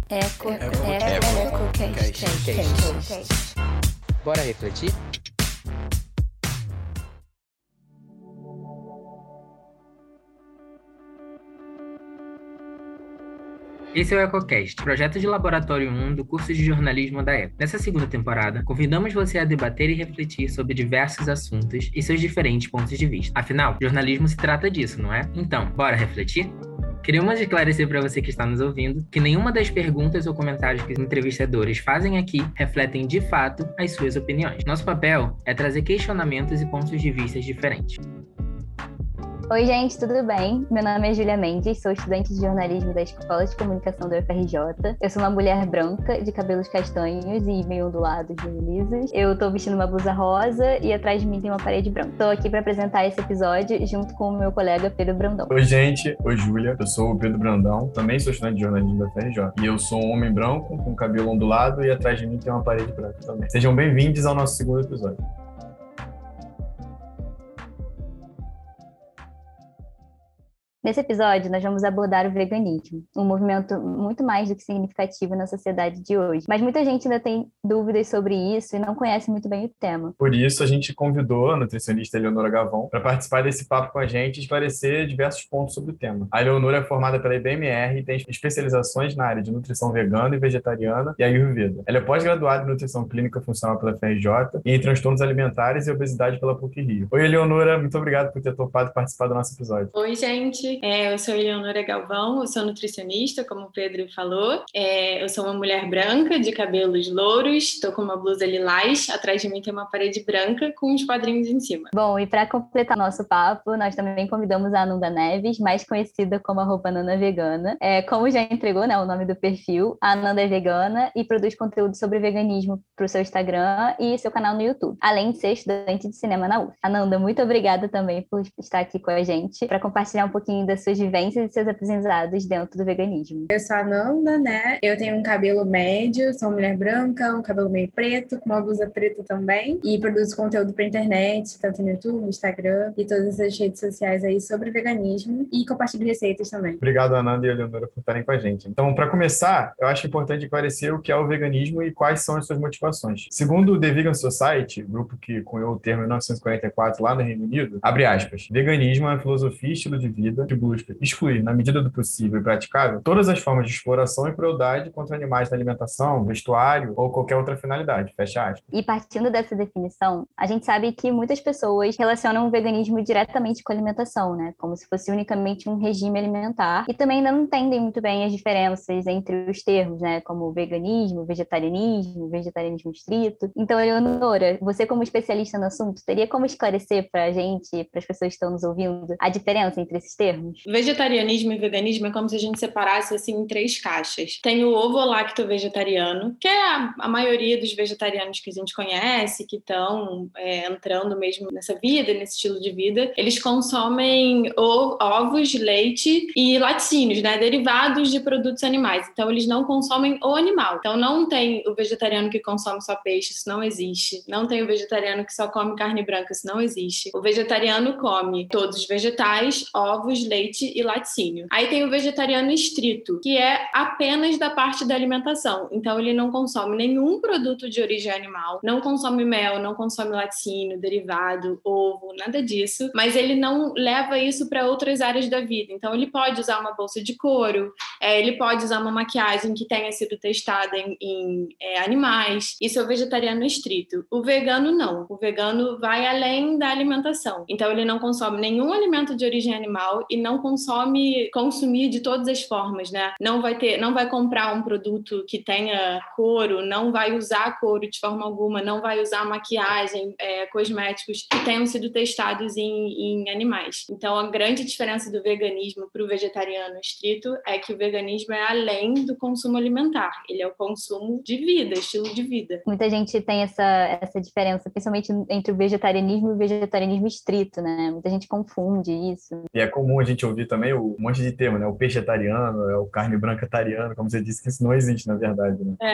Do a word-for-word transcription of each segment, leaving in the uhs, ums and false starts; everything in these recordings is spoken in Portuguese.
Eco, eco, EcoCast. Bora refletir? Esse é o EcoCast, projeto de Laboratório um do curso de jornalismo da Eco. Nessa segunda temporada, convidamos você a debater e refletir sobre diversos assuntos e seus diferentes pontos de vista. Afinal, jornalismo se trata disso, não é? Então, bora refletir? Queremos esclarecer para você que está nos ouvindo que nenhuma das perguntas ou comentários que os entrevistadores fazem aqui refletem de fato as suas opiniões. Nosso papel é trazer questionamentos e pontos de vista diferentes. Oi, gente, tudo bem? Meu nome é Júlia Mendes, sou estudante de jornalismo da Escola de Comunicação da U F R J. Eu sou uma mulher branca, de cabelos castanhos e meio ondulados e lisos. Eu tô vestindo uma blusa rosa e atrás de mim tem uma parede branca. Tô aqui para apresentar esse episódio junto com o meu colega Pedro Brandão. Oi, gente. Oi, Júlia. Eu sou o Pedro Brandão, também sou estudante de jornalismo da U F R J. E eu sou um homem branco, com cabelo ondulado e atrás de mim tem uma parede branca também. Sejam bem-vindos ao nosso segundo episódio. Nesse episódio, nós vamos abordar o veganismo, um movimento muito mais do que significativo na sociedade de hoje. Mas muita gente ainda tem dúvidas sobre isso e não conhece muito bem o tema. Por isso, a gente convidou a nutricionista Eleonora Galvão para participar desse papo com a gente e esclarecer diversos pontos sobre o tema. A Eleonora é formada pela I B M R e tem especializações na área de nutrição vegana e vegetariana e Ayurveda. Ela é pós-graduada em nutrição clínica funcional pela U F R J e em transtornos alimentares e obesidade pela P U C Rio. Oi, Eleonora, muito obrigado por ter topado participar do nosso episódio. Oi, gente. É, eu sou Eleonora Galvão, eu sou nutricionista, como o Pedro falou. É, eu sou uma mulher branca, de cabelos louros, estou com uma blusa lilás, atrás de mim tem uma parede branca com uns quadrinhos em cima. Bom, e para completar nosso papo, nós também convidamos a Ananda Neves, mais conhecida como arroba Nana Vegana. É, como já entregou, né, o nome do perfil, a Ananda é vegana e produz conteúdo sobre veganismo para o seu Instagram e seu canal no YouTube, além de ser estudante de cinema na U F. Ananda, muito obrigada também por estar aqui com a gente para compartilhar um pouquinho das suas vivências e seus aprendizados dentro do veganismo. Eu sou a Ananda, né? Eu tenho um cabelo médio, sou uma mulher branca, um cabelo meio preto, com uma blusa preta também, e produzo conteúdo pra internet, tanto no YouTube, no Instagram e todas as redes sociais aí sobre veganismo, e compartilho receitas também. Obrigado, Ananda e Eleonora, por estarem com a gente. Então, para começar, eu acho importante esclarecer o que é o veganismo e quais são as suas motivações. Segundo o The Vegan Society, grupo que cunhou o termo em mil novecentos e quarenta e quatro lá no Reino Unido, abre aspas, veganismo é uma filosofia e estilo de vida que busca excluir, na medida do possível e praticável, todas as formas de exploração e crueldade contra animais na alimentação, vestuário ou qualquer outra finalidade, fecha aspas. E partindo dessa definição, a gente sabe que muitas pessoas relacionam o veganismo diretamente com a alimentação, né? Como se fosse unicamente um regime alimentar, e também ainda não entendem muito bem as diferenças entre os termos, né? Como veganismo, vegetarianismo, vegetarianismo estrito. Então, Eleonora, você como especialista no assunto, teria como esclarecer para a gente, para as pessoas que estão nos ouvindo, a diferença entre esses termos? Vegetarianismo e veganismo é como se a gente separasse assim em três caixas. Tem o ovo-lacto-vegetariano, que é a, a maioria dos vegetarianos que a gente conhece, que estão é, entrando mesmo nessa vida, nesse estilo de vida. Eles consomem o, ovos, leite e laticínios, né, derivados de produtos animais. Então, eles não consomem o animal. Então, não tem o vegetariano que consome só peixe, isso não existe. Não tem o vegetariano que só come carne branca, isso não existe. O vegetariano come todos os vegetais, ovos, leite e laticínio. Aí tem o vegetariano estrito, que é apenas da parte da alimentação. Então, ele não consome nenhum produto de origem animal, não consome mel, não consome laticínio, derivado, ovo, nada disso. Mas ele não leva isso para outras áreas da vida. Então, ele pode usar uma bolsa de couro, é, ele pode usar uma maquiagem que tenha sido testada em, em é, animais. Isso é o vegetariano estrito. O vegano, não. O vegano vai além da alimentação. Então, ele não consome nenhum alimento de origem animal e não consome, consumir de todas as formas, né? Não vai ter, não vai comprar um produto que tenha couro, não vai usar couro de forma alguma, não vai usar maquiagem, é, cosméticos que tenham sido testados em, em animais. Então, a grande diferença do veganismo para o vegetariano estrito é que o veganismo é além do consumo alimentar. Ele é o consumo de vida, estilo de vida. Muita gente tem essa, essa diferença, principalmente entre o vegetarianismo e o vegetarianismo estrito, né? Muita gente confunde isso. E é comum a gente ouvir também o, um monte de termo, né? O peixetariano, é o carne branca-tariano, como você disse, que isso não existe, na verdade, né? É.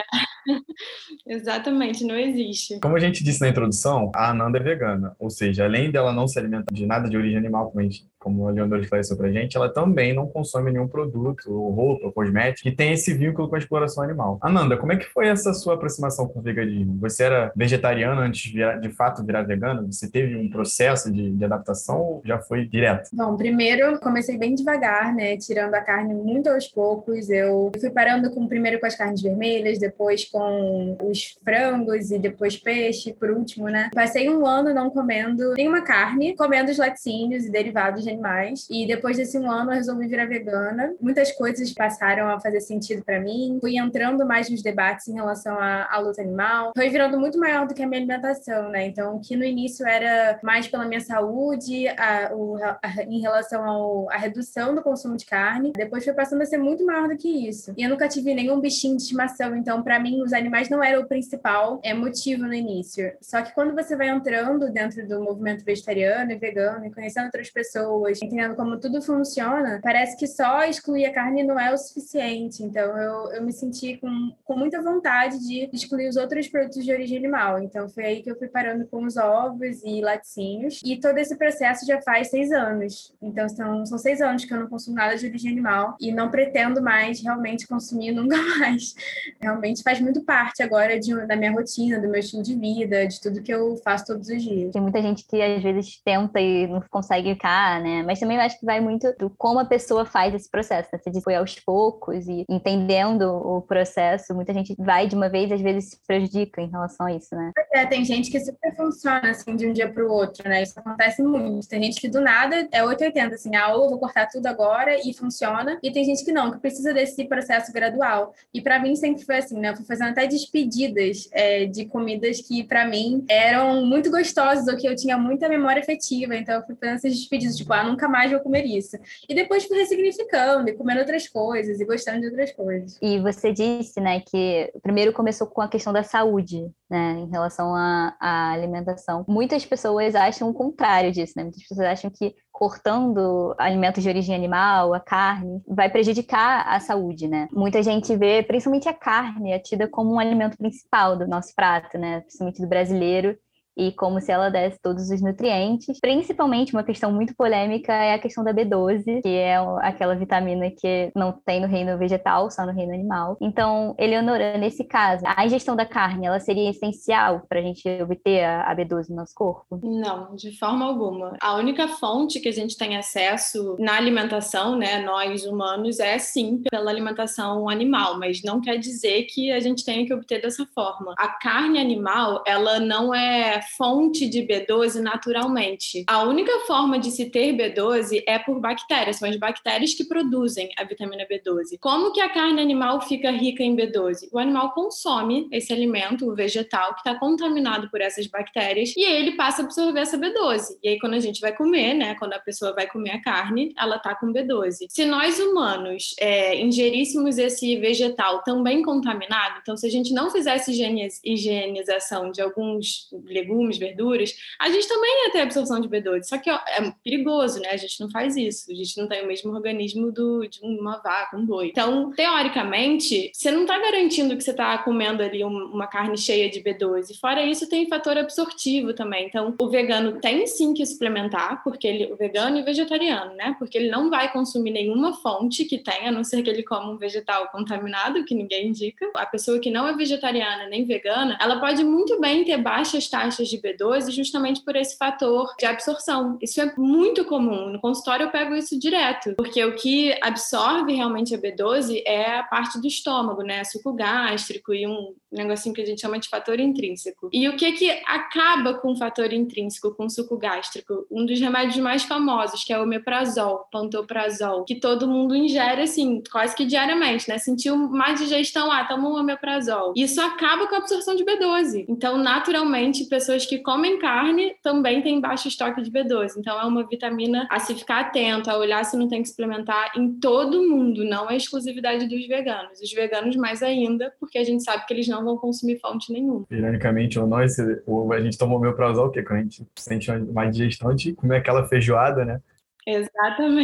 Exatamente, não existe. Como a gente disse na introdução, a Ananda é vegana, ou seja, além dela não se alimentar de nada de origem animal, como a gente como a Leonora esclareceu pra gente, ela também não consome nenhum produto, roupa, cosmético, que tem esse vínculo com a exploração animal. Ananda, como é que foi essa sua aproximação com o veganismo? Você era vegetariana antes de, virar, de fato virar vegana? Você teve um processo de, de adaptação ou já foi direto? Bom, primeiro comecei bem devagar, né? Tirando a carne muito aos poucos. Eu fui parando com, primeiro com as carnes vermelhas, depois com os frangos e depois peixe, por último, né? Passei um ano não comendo nenhuma carne, comendo os laticínios e derivados de animais. E depois desse um ano eu resolvi virar vegana. Muitas coisas passaram a fazer sentido para mim. Fui entrando mais nos debates em relação à, à luta animal. Foi virando muito maior do que a minha alimentação, né? Então, o que no início era mais pela minha saúde, a, o, a, em relação ao, à redução do consumo de carne, depois foi passando a ser muito maior do que isso. E eu nunca tive nenhum bichinho de estimação, então, para mim, os animais não eram o principal é, motivo no início. Só que quando você vai entrando dentro do movimento vegetariano e vegano e conhecendo outras pessoas, entendendo como tudo funciona, parece que só excluir a carne não é o suficiente. Então, eu, eu me senti com, com muita vontade de excluir os outros produtos de origem animal. Então, foi aí que eu fui parando com os ovos e laticínios. E todo esse processo já faz seis anos. Então, são, são seis anos que eu não consumo nada de origem animal e não pretendo mais realmente consumir nunca mais. Realmente faz muito parte agora de, da minha rotina, do meu estilo de vida, de tudo que eu faço todos os dias. Tem muita gente que às vezes tenta e não consegue ficar, né? Mas também eu acho que vai muito do como a pessoa faz esse processo, né? Você disse que foi aos poucos e entendendo o processo, muita gente vai de uma vez, às vezes se prejudica em relação a isso, né? É, tem gente que super funciona assim de um dia para o outro, né? Isso acontece muito. Tem gente que do nada é oitocentos e oitenta, assim, ah, ou eu vou cortar tudo agora e funciona. E tem gente que não, que precisa desse processo gradual. E para mim sempre foi assim, né? Eu fui fazendo até despedidas é, de comidas que para mim eram muito gostosas ou que eu tinha muita memória afetiva. Então eu fui fazendo essas despedidas, tipo, ah, nunca mais vou comer isso. E depois fui ressignificando e comendo outras coisas e gostando de outras coisas. E você disse, né, que primeiro começou com a questão da saúde, né, em relação à, à alimentação. Muitas pessoas acham o contrário disso, né? Muitas pessoas acham que cortando alimentos de origem animal, a carne, vai prejudicar a saúde, né? Muita gente vê, principalmente a carne, é tida como um alimento principal do nosso prato, né? Principalmente do brasileiro, e como se ela desse todos os nutrientes. Principalmente, uma questão muito polêmica é a questão da B doze, que é aquela vitamina que não tem no reino vegetal, só no reino animal. Então, Eleonora, nesse caso, a ingestão da carne, ela seria essencial para a gente obter a B doze no nosso corpo? Não, de forma alguma. A única fonte que a gente tem acesso na alimentação, né, nós humanos, é sim pela alimentação animal, mas não quer dizer que a gente tenha que obter dessa forma. A carne animal, ela não é fonte de B doze naturalmente. A única forma de se ter B doze é por bactérias, são as bactérias que produzem a vitamina B doze. Como que a carne animal fica rica em B doze? O animal consome esse alimento, o vegetal, que está contaminado por essas bactérias, e ele passa a absorver essa B doze. E aí, quando a gente vai comer, né, quando a pessoa vai comer a carne, ela tá com B doze. Se nós humanos é, ingeríssemos esse vegetal também contaminado, então se a gente não fizesse higienização de alguns legumes, verduras, a gente também ia ter absorção de B doze. Só que ó, é perigoso, né? A gente não faz isso. A gente não tem o mesmo organismo do, de uma vaca, um boi. Então, teoricamente, você não está garantindo que você está comendo ali uma carne cheia de B doze. Fora isso, tem fator absortivo também. Então, o vegano tem sim que suplementar, porque ele, o vegano e o vegetariano, né? Porque ele não vai consumir nenhuma fonte que tenha, a não ser que ele coma um vegetal contaminado, que ninguém indica. A pessoa que não é vegetariana nem vegana, ela pode muito bem ter baixas taxas de B doze justamente por esse fator de absorção. Isso é muito comum. No consultório eu pego isso direto, porque o que absorve realmente a B doze é a parte do estômago, né? Suco gástrico e um negocinho que a gente chama de fator intrínseco. E o que que acaba com o fator intrínseco, com o suco gástrico? Um dos remédios mais famosos, que é o omeprazol, pantoprazol, que todo mundo ingere, assim, quase que diariamente, né? Sentiu má digestão, ah, toma um omeprazol. Isso acaba com a absorção de B doze. Então, naturalmente, pessoas que comem carne também têm baixo estoque de B doze. Então, é uma vitamina a se ficar atento, a olhar se não tem que suplementar em todo mundo, não é exclusividade dos veganos. Os veganos mais ainda, porque a gente sabe que eles não vão consumir fonte nenhuma. Ironicamente ou não, esse, o, a gente toma o omeprazol, que quando a gente sente uma digestão, a gente come aquela feijoada, né? Exatamente.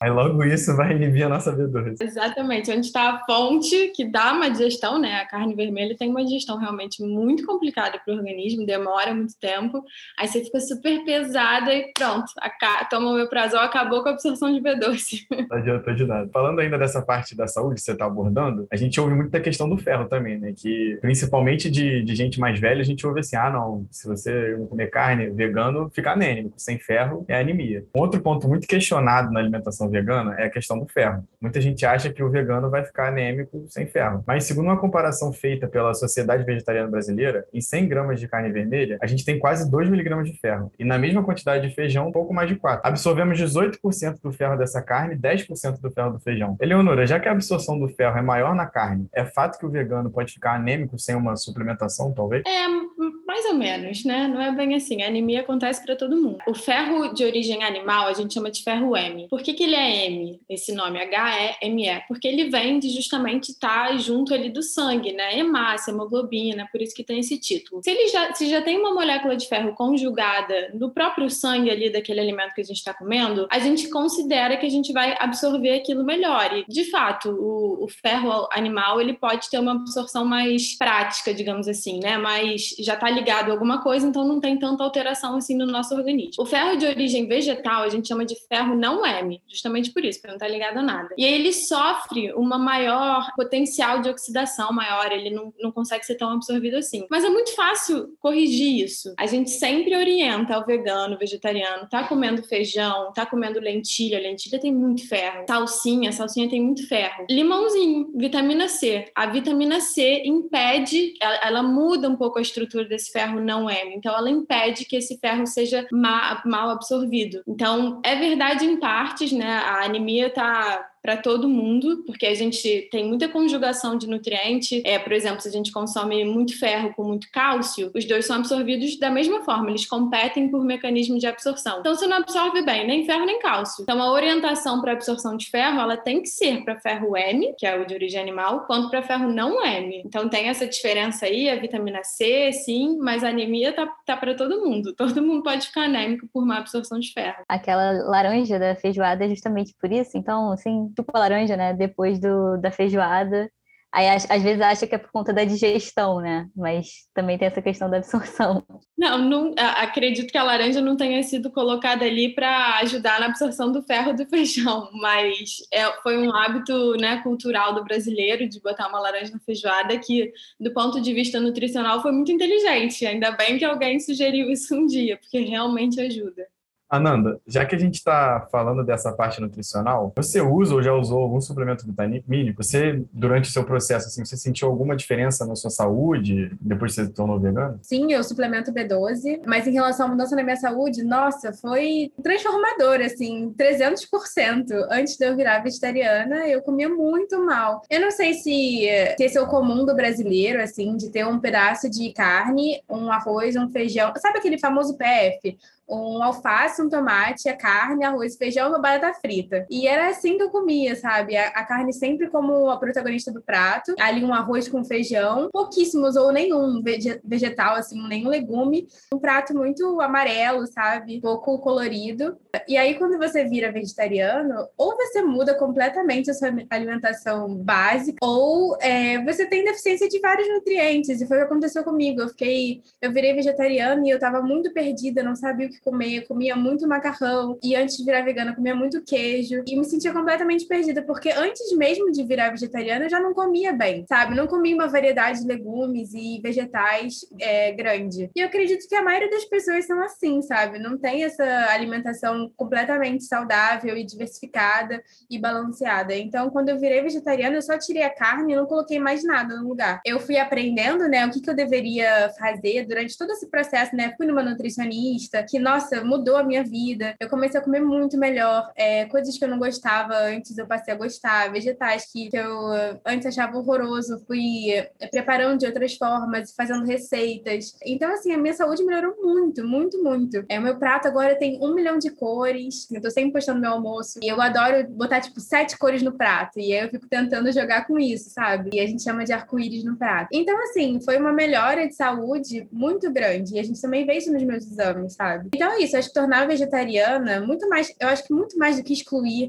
Aí logo isso vai inibir a nossa B doze. Exatamente, onde está a fonte que dá uma digestão, né? A carne vermelha tem uma digestão realmente muito complicada para o organismo, demora muito tempo, aí você fica super pesada e pronto, a, toma o omeprazol, acabou com a absorção de B doze. Não adianta de nada. Falando ainda dessa parte da saúde que você está abordando, a gente ouve muito da questão do ferro também, né? Que principalmente de, de gente mais velha, a gente ouve assim, ah, não, se você não comer carne vegano, fica anêmico, sem ferro é anemia. Um outro ponto muito questionado na alimentação vegana é a questão do ferro. Muita gente acha que o vegano vai ficar anêmico sem ferro. Mas segundo uma comparação feita pela Sociedade Vegetariana Brasileira, em cem gramas de carne vermelha, a gente tem quase dois miligramas de ferro. E na mesma quantidade de feijão, um pouco mais de quatro. Absorvemos dezoito por cento do ferro dessa carne, dez por cento do ferro do feijão. Eleonora, já que a absorção do ferro é maior na carne, é fato que o vegano pode ficar anêmico sem uma suplementação, talvez? É, mais ou menos, né? Não é bem assim. A anemia acontece para todo mundo. O ferro de origem animal, a gente chama de ferro M. Por que que ele é M, esse nome? H E M E? Porque ele vem de justamente estar junto ali do sangue, né? Hemácia, hemoglobina, por isso que tem esse título. Se ele já, se já tem uma molécula de ferro conjugada no próprio sangue ali daquele alimento que a gente está comendo, a gente considera que a gente vai absorver aquilo melhor. E, de fato, o, o ferro animal, ele pode ter uma absorção mais prática, digamos assim, né? Mas já está ligado a alguma coisa, então não tem tanta alteração assim no nosso organismo. O ferro de origem vegetal, a gente chama de ferro não M, justamente por isso, porque não está ligado a nada. E aí ele sofre uma maior potencial de oxidação maior, ele não, não consegue ser tão absorvido assim. Mas é muito fácil corrigir isso. A gente sempre orienta o vegano, o vegetariano, tá comendo feijão, tá comendo lentilha, lentilha tem muito ferro. Salsinha, salsinha tem muito ferro. Limãozinho, vitamina C. A vitamina C impede, ela, ela muda um pouco a estrutura desse ferro não M, então ela impede que esse ferro seja ma, mal absorvido. Então, é verdade em partes, né? A anemia tá para todo mundo, porque a gente tem muita conjugação de nutriente. É, por exemplo, se a gente consome muito ferro com muito cálcio, os dois são absorvidos da mesma forma, eles competem por mecanismo de absorção. Então, você não absorve bem nem ferro nem cálcio. Então, a orientação para absorção de ferro, ela tem que ser para ferro M, que é o de origem animal, quanto para ferro não M. Então, tem essa diferença aí, a vitamina C, sim, mas a anemia tá, tá para todo mundo. Todo mundo pode ficar anêmico por má absorção de ferro. Aquela laranja da feijoada é justamente por isso, então, assim, chupa a laranja, né, depois do, da feijoada, aí às, às vezes acha que é por conta da digestão, né, mas também tem essa questão da absorção. Não, não acredito que a laranja não tenha sido colocada ali para ajudar na absorção do ferro do feijão, mas é, foi um hábito, né, cultural do brasileiro de botar uma laranja na feijoada que, do ponto de vista nutricional, foi muito inteligente, ainda bem que alguém sugeriu isso um dia, porque realmente ajuda. Ananda, já que a gente está falando dessa parte nutricional, você usa ou já usou algum suplemento vitamínico? Você, durante o seu processo, assim, você sentiu alguma diferença na sua saúde depois que você se tornou vegano? Sim, eu suplemento B doze, mas em relação à mudança na minha saúde, nossa, foi transformador, assim, trezentos por cento. Antes de eu virar vegetariana, eu comia muito mal. Eu não sei se, se esse é o comum do brasileiro, assim, de ter um pedaço de carne, um arroz, um feijão. Sabe aquele famoso P F? Um alface, um tomate, a carne, arroz, feijão e uma batata frita. E era assim que eu comia, sabe? A, a carne sempre como a protagonista do prato. Ali um arroz com feijão, pouquíssimos ou nenhum vegetal, assim, nenhum legume. Um prato muito amarelo, sabe? Pouco colorido. E aí, quando você vira vegetariano, ou você muda completamente a sua alimentação básica, ou é, você tem deficiência de vários nutrientes. E foi o que aconteceu comigo. Eu fiquei... Eu virei vegetariana e eu tava muito perdida, não sabia o que comer, eu comia muito macarrão, e antes de virar vegana eu comia muito queijo, e me sentia completamente perdida, porque antes mesmo de virar vegetariana eu já não comia bem, sabe? Não comia uma variedade de legumes e vegetais é, grande. E eu acredito que a maioria das pessoas são assim, sabe? Não tem essa alimentação completamente saudável e diversificada e balanceada. Então, quando eu virei vegetariana, eu só tirei a carne e não coloquei mais nada no lugar. Eu fui aprendendo, né, o que, que eu deveria fazer durante todo esse processo, né? Fui numa nutricionista, que, nossa, mudou a minha vida. Eu comecei a comer muito melhor. É, coisas que eu não gostava antes, eu passei a gostar. Vegetais que, que eu antes achava horroroso, fui preparando de outras formas, fazendo receitas. Então, assim, a minha saúde melhorou muito, muito, muito. É, o meu prato agora tem um milhão de cores. Eu tô sempre postando meu almoço. E eu adoro botar, tipo, sete cores no prato. E aí eu fico tentando jogar com isso, sabe? E a gente chama de arco-íris no prato. Então, assim, foi uma melhora de saúde muito grande. E a gente também vê isso nos meus exames, sabe? Então é isso, acho que tornar vegetariana, muito mais, eu acho que muito mais do que excluir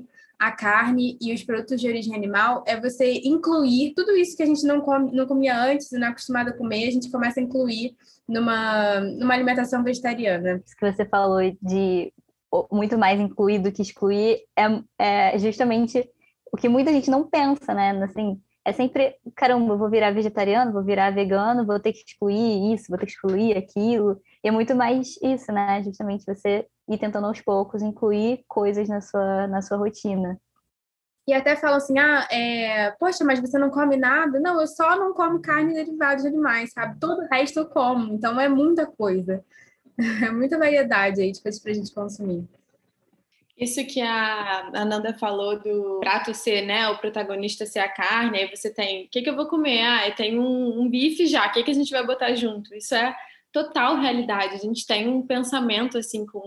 a carne e os produtos de origem animal é você incluir tudo isso que a gente não, come, não comia antes e não é acostumado a comer, a gente começa a incluir numa, numa alimentação vegetariana. Isso que você falou de muito mais incluir do que excluir é, é justamente o que muita gente não pensa, né? Assim, é sempre, caramba, vou virar vegetariano, vou virar vegano, vou ter que excluir isso, vou ter que excluir aquilo. E é muito mais isso, né? Justamente você ir tentando aos poucos incluir coisas na sua, na sua rotina. E até falam assim, ah, é, poxa, mas você não come nada? Não, eu só não como carne derivada de animais, sabe? Todo o resto eu como, então é muita coisa. É muita variedade aí de coisas pra gente consumir. Isso que a Ananda falou do prato ser, né, o protagonista ser a carne, aí você tem, o que, que eu vou comer? Ah, eu tenho um, um bife já, o que, que a gente vai botar junto? Isso é total realidade. A gente tem um pensamento, assim, com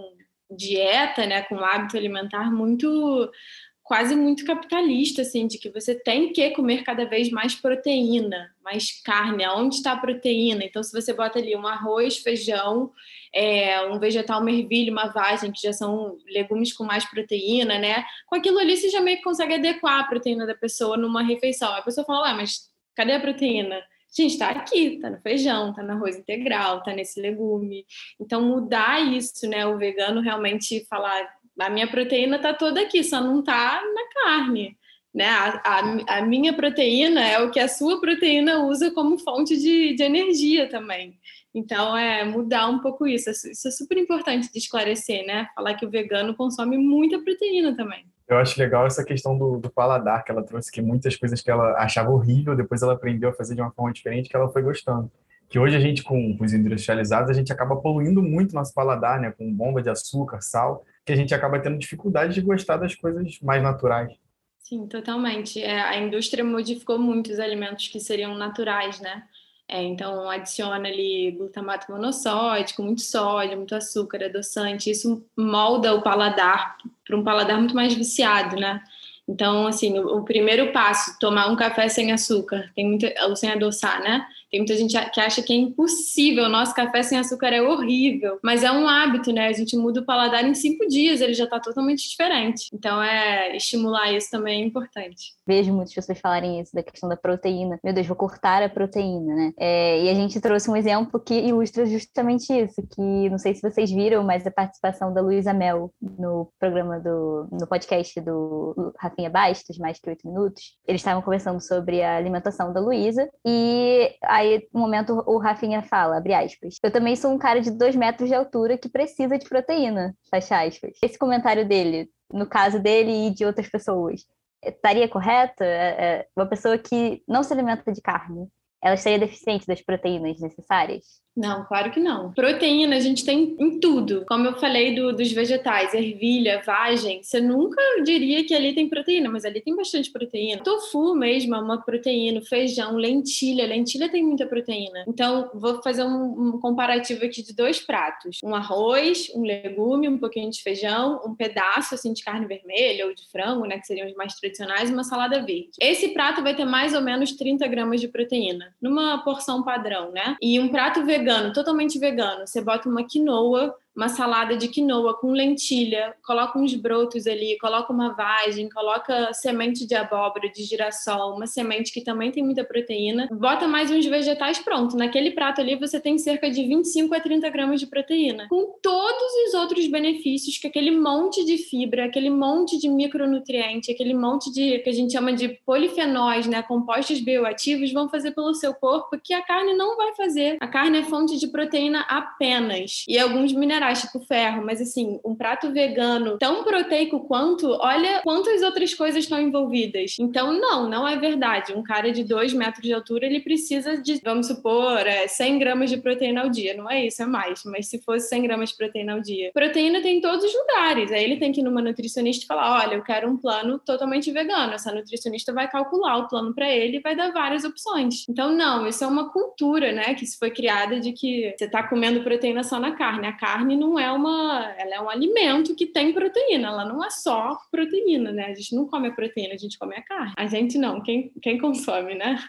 dieta, né, com hábito alimentar muito... quase muito capitalista, assim, de que você tem que comer cada vez mais proteína, mais carne. Aonde está a proteína? Então, se você bota ali um arroz, feijão, é, um vegetal mervilho, uma vagem, que já são legumes com mais proteína, né? Com aquilo ali, você já meio que consegue adequar a proteína da pessoa numa refeição. A pessoa fala, ah, mas cadê a proteína? Gente, tá aqui, tá no feijão, tá no arroz integral, tá nesse legume. Então, mudar isso, né? O vegano realmente falar... a minha proteína está toda aqui, só não está na carne, né? A, a, a minha proteína é o que a sua proteína usa como fonte de, de energia também. Então, é mudar um pouco isso. Isso é super importante de esclarecer, né? Falar que o vegano consome muita proteína também. Eu acho legal essa questão do, do paladar que ela trouxe, que muitas coisas que ela achava horrível, depois ela aprendeu a fazer de uma forma diferente, que ela foi gostando. Que hoje a gente, com, com os industrializados, a gente acaba poluindo muito nosso paladar, né? Com bomba de açúcar, sal, que a gente acaba tendo dificuldade de gostar das coisas mais naturais. Sim, totalmente. É, a indústria modificou muito os alimentos que seriam naturais, né? É, então, adiciona ali glutamato monossódico, muito sódio, muito açúcar, adoçante. Isso molda o paladar para um paladar muito mais viciado, né? Então, assim, o, o primeiro passo, tomar um café sem açúcar, tem muita, ou sem adoçar, né? Tem muita gente que acha que é impossível, nosso café sem açúcar é horrível, mas é um hábito, né? A gente muda o paladar em cinco dias, ele já tá totalmente diferente. Então, é, estimular isso também é importante. Vejo muitas pessoas falarem isso, da questão da proteína. Meu Deus, vou cortar a proteína, né? É, e a gente trouxe um exemplo que ilustra justamente isso, que não sei se vocês viram, mas a participação da Luísa Mel no programa do, no podcast do Rafinha Bastos, Mais Que Oito Minutos. Eles estavam conversando sobre a alimentação da Luísa e aí, no momento, o Rafinha fala, abre aspas, eu também sou um cara de dois metros de altura que precisa de proteína, fecha aspas. Esse comentário dele, no caso dele e de outras pessoas, estaria correto? É uma pessoa que não se alimenta de carne, ela estaria deficiente das proteínas necessárias? Não, claro que não. Proteína a gente tem em tudo. Como eu falei do, dos vegetais, ervilha, vagem, você nunca diria que ali tem proteína, mas ali tem bastante proteína. Tofu mesmo é uma proteína, feijão, lentilha. Lentilha tem muita proteína. Então, vou fazer um, um comparativo aqui de dois pratos. Um arroz, um legume, um pouquinho de feijão, um pedaço assim de carne vermelha ou de frango, né, que seriam os mais tradicionais, e uma salada verde. Esse prato vai ter mais ou menos trinta gramas de proteína, numa porção padrão, né? E um prato vegano vegano, totalmente vegano, você bota uma quinoa, uma salada de quinoa com lentilha, coloca uns brotos ali, coloca uma vagem, coloca semente de abóbora, de girassol, uma semente que também tem muita proteína, bota mais uns vegetais, pronto. Naquele prato ali você tem cerca de vinte e cinco a trinta gramas de proteína, com todos os outros benefícios que aquele monte de fibra, aquele monte de micronutriente, aquele monte de, que a gente chama de polifenóis, né, compostos bioativos, vão fazer pelo seu corpo, que a carne não vai fazer. A carne é fonte de proteína apenas, e alguns minerais, tipo ferro, mas assim, um prato vegano tão proteico quanto, olha quantas outras coisas estão envolvidas. Então, não, não é verdade. Um cara de dois metros de altura, ele precisa de, vamos supor, é, cem gramas de proteína ao dia. Não é isso, é mais. Mas se fosse cem gramas de proteína ao dia. Proteína tem em todos os lugares. Aí ele tem que ir numa nutricionista e falar, olha, eu quero um plano totalmente vegano. Essa nutricionista vai calcular o plano para ele e vai dar várias opções. Então, não, isso é uma cultura, né, que se foi criada de que você está comendo proteína só na carne. A carne não é uma, ela é um alimento que tem proteína, ela não é só proteína, né? A gente não come a proteína, a gente come a carne. A gente não, quem, quem consome, né?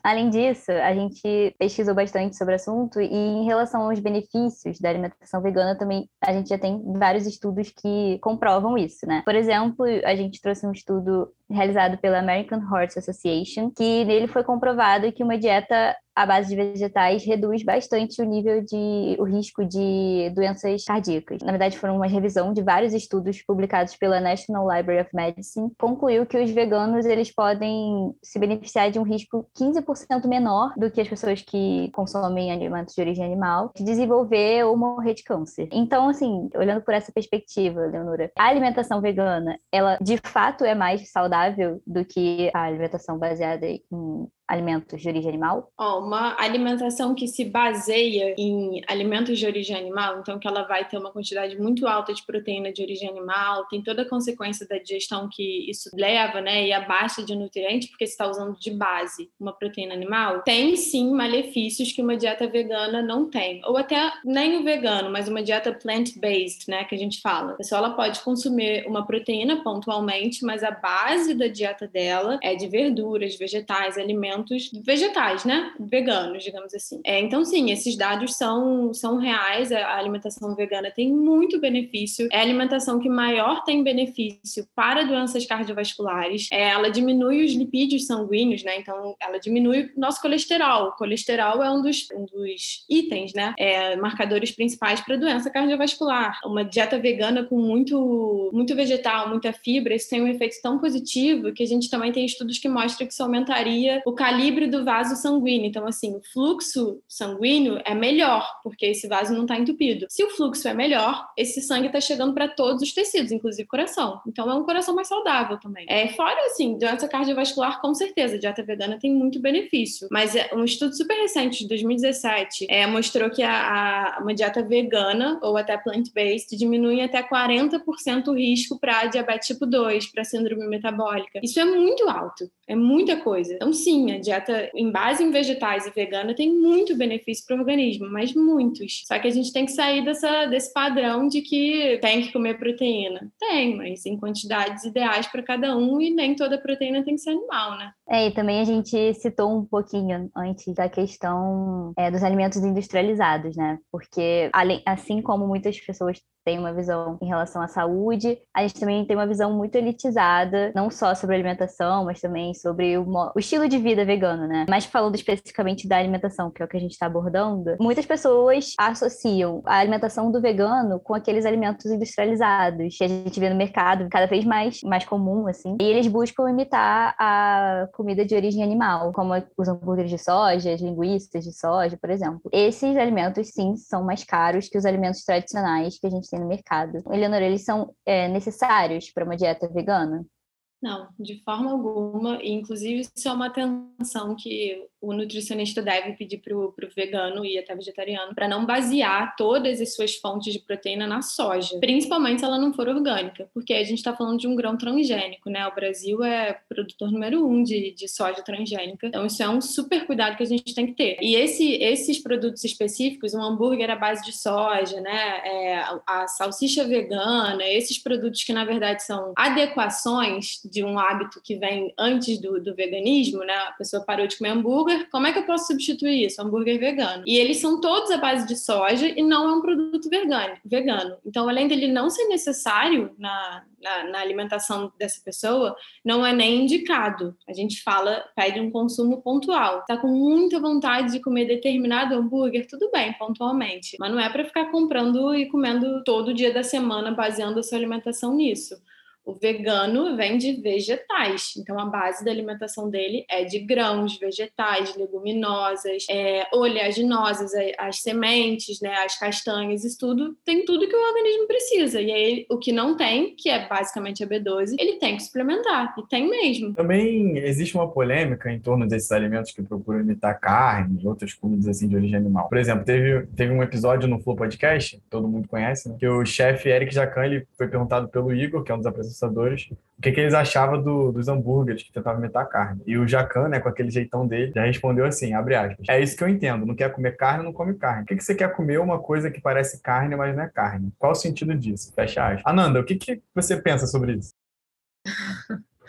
Além disso, a gente pesquisou bastante sobre o assunto e em relação aos benefícios da alimentação vegana também a gente já tem vários estudos que comprovam isso, né? Por exemplo, a gente trouxe um estudo realizado pela American Heart Association, que nele foi comprovado que uma dieta à base de vegetais reduz bastante o nível de o risco de doenças cardíacas. Na verdade, foram uma revisão de vários estudos publicados pela National Library of Medicine, concluiu que os veganos eles podem se beneficiar de um risco quinze por cento menor do que as pessoas que consomem alimentos de origem animal, de desenvolver ou morrer de câncer. Então, assim, olhando por essa perspectiva, Leonora, a alimentação vegana, ela de fato é mais saudável do que a alimentação baseada em alimentos de origem animal? Ó, uma alimentação que se baseia em alimentos de origem animal, então que ela vai ter uma quantidade muito alta de proteína de origem animal, tem toda a consequência da digestão que isso leva, né, e a baixa de nutrientes, porque você está usando de base uma proteína animal, tem sim malefícios que uma dieta vegana não tem, ou até nem o vegano, mas uma dieta plant-based, né, que a gente fala. A pessoa ela pode consumir uma proteína pontualmente, mas a base da dieta dela é de verduras, vegetais, alimentos vegetais, né? Veganos, digamos assim. É, então, sim, esses dados são, são reais. A alimentação vegana tem muito benefício. É a alimentação que maior tem benefício para doenças cardiovasculares. É, ela diminui os lipídios sanguíneos, né? Então, ela diminui o nosso colesterol. O colesterol é um dos, um dos itens, né? É, marcadores principais para doença cardiovascular. Uma dieta vegana com muito, muito vegetal, muita fibra, isso tem um efeito tão positivo que a gente também tem estudos que mostram que isso aumentaria o calibre do vaso sanguíneo. Então, assim, o fluxo sanguíneo é melhor, porque esse vaso não está entupido. Se o fluxo é melhor, esse sangue está chegando para todos os tecidos, inclusive o coração. Então, é um coração mais saudável também. É, fora, assim, doença cardiovascular, com certeza, a dieta vegana tem muito benefício. Mas é, um estudo super recente, de dois mil e dezessete, é, mostrou que a, a, uma dieta vegana, ou até plant-based, diminui até quarenta por cento o risco para diabetes tipo dois, para síndrome metabólica. Isso é muito alto, é muita coisa. Então, sim, a dieta em base em vegetais e vegana tem muito benefício para o organismo, mas muitos. Só que a gente tem que sair dessa, desse padrão de que tem que comer proteína. Tem, mas em quantidades ideais para cada um e nem toda proteína tem que ser animal, né? É, e também a gente citou um pouquinho antes da questão é, dos alimentos industrializados, né? Porque, além, assim como muitas pessoas têm uma visão em relação à saúde, a gente também tem uma visão muito elitizada, não só sobre alimentação, mas também sobre o, o estilo de vida vegano, né? Mas falando especificamente da alimentação, que é o que a gente está abordando, muitas pessoas associam a alimentação do vegano com aqueles alimentos industrializados que a gente vê no mercado, cada vez mais, mais comum, assim, e eles buscam imitar a comida de origem animal, como os hambúrgueres de soja, as linguiças de soja, por exemplo. Esses alimentos, sim, são mais caros que os alimentos tradicionais que a gente tem no mercado. Eleonora, eles são é, necessários para uma dieta vegana? Não, de forma alguma, e inclusive isso é uma atenção que o nutricionista deve pedir para o vegano e até vegetariano, para não basear todas as suas fontes de proteína na soja, principalmente se ela não for orgânica, porque a gente está falando de um grão transgênico, né? O Brasil é produtor número um de, de soja transgênica, então isso é um super cuidado que a gente tem que ter. E esse, esses produtos específicos, um hambúrguer à base de soja, né? É, a, a salsicha vegana, esses produtos que na verdade são adequações de um hábito que vem antes do, do veganismo, né? A pessoa parou de comer hambúrguer, como é que eu posso substituir isso? Hambúrguer vegano. E eles são todos à base de soja e não é um produto vegano. vegano. Então, além dele não ser necessário na, na, na alimentação dessa pessoa, não é nem indicado. A gente fala, pede um consumo pontual. Tá com muita vontade de comer determinado hambúrguer, tudo bem, pontualmente. Mas não é para ficar comprando e comendo todo dia da semana, baseando a sua alimentação nisso. O vegano vem de vegetais, então a base da alimentação dele é de grãos, vegetais, leguminosas, é, oleaginosas, as sementes, né, as castanhas, isso tudo, tem tudo que o organismo precisa. E aí o que não tem, que é basicamente a B doze, ele tem que suplementar, e tem mesmo. Também existe uma polêmica em torno desses alimentos que procuram imitar carne e outras comidas assim de origem animal. Por exemplo, teve, teve um episódio no Flow Podcast, todo mundo conhece, né, que o chefe Eric Jacan, ele foi perguntado pelo Igor, que é um dos apresentadores, o que, que eles achavam do, dos hambúrgueres que tentavam imitar carne. E o Jacan, né, com aquele jeitão dele, já respondeu assim, abre aspas, é isso que eu entendo, não quer comer carne, não come carne. Por que, que você quer comer uma coisa que parece carne, mas não é carne? Qual o sentido disso? Fecha aspas. Ananda, o que, que você pensa sobre isso?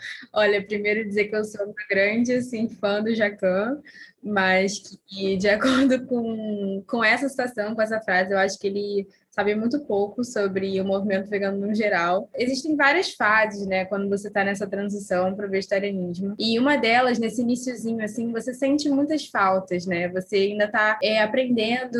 Olha, primeiro dizer que eu sou uma grande assim, fã do Jacan, mas que, de acordo com, com essa situação, com essa frase, eu acho que ele sabe muito pouco sobre o movimento vegano no geral. Existem várias fases, né, quando você está nessa transição para o vegetarianismo. E uma delas, nesse iniciozinho, assim, você sente muitas faltas, né? Você ainda está é, aprendendo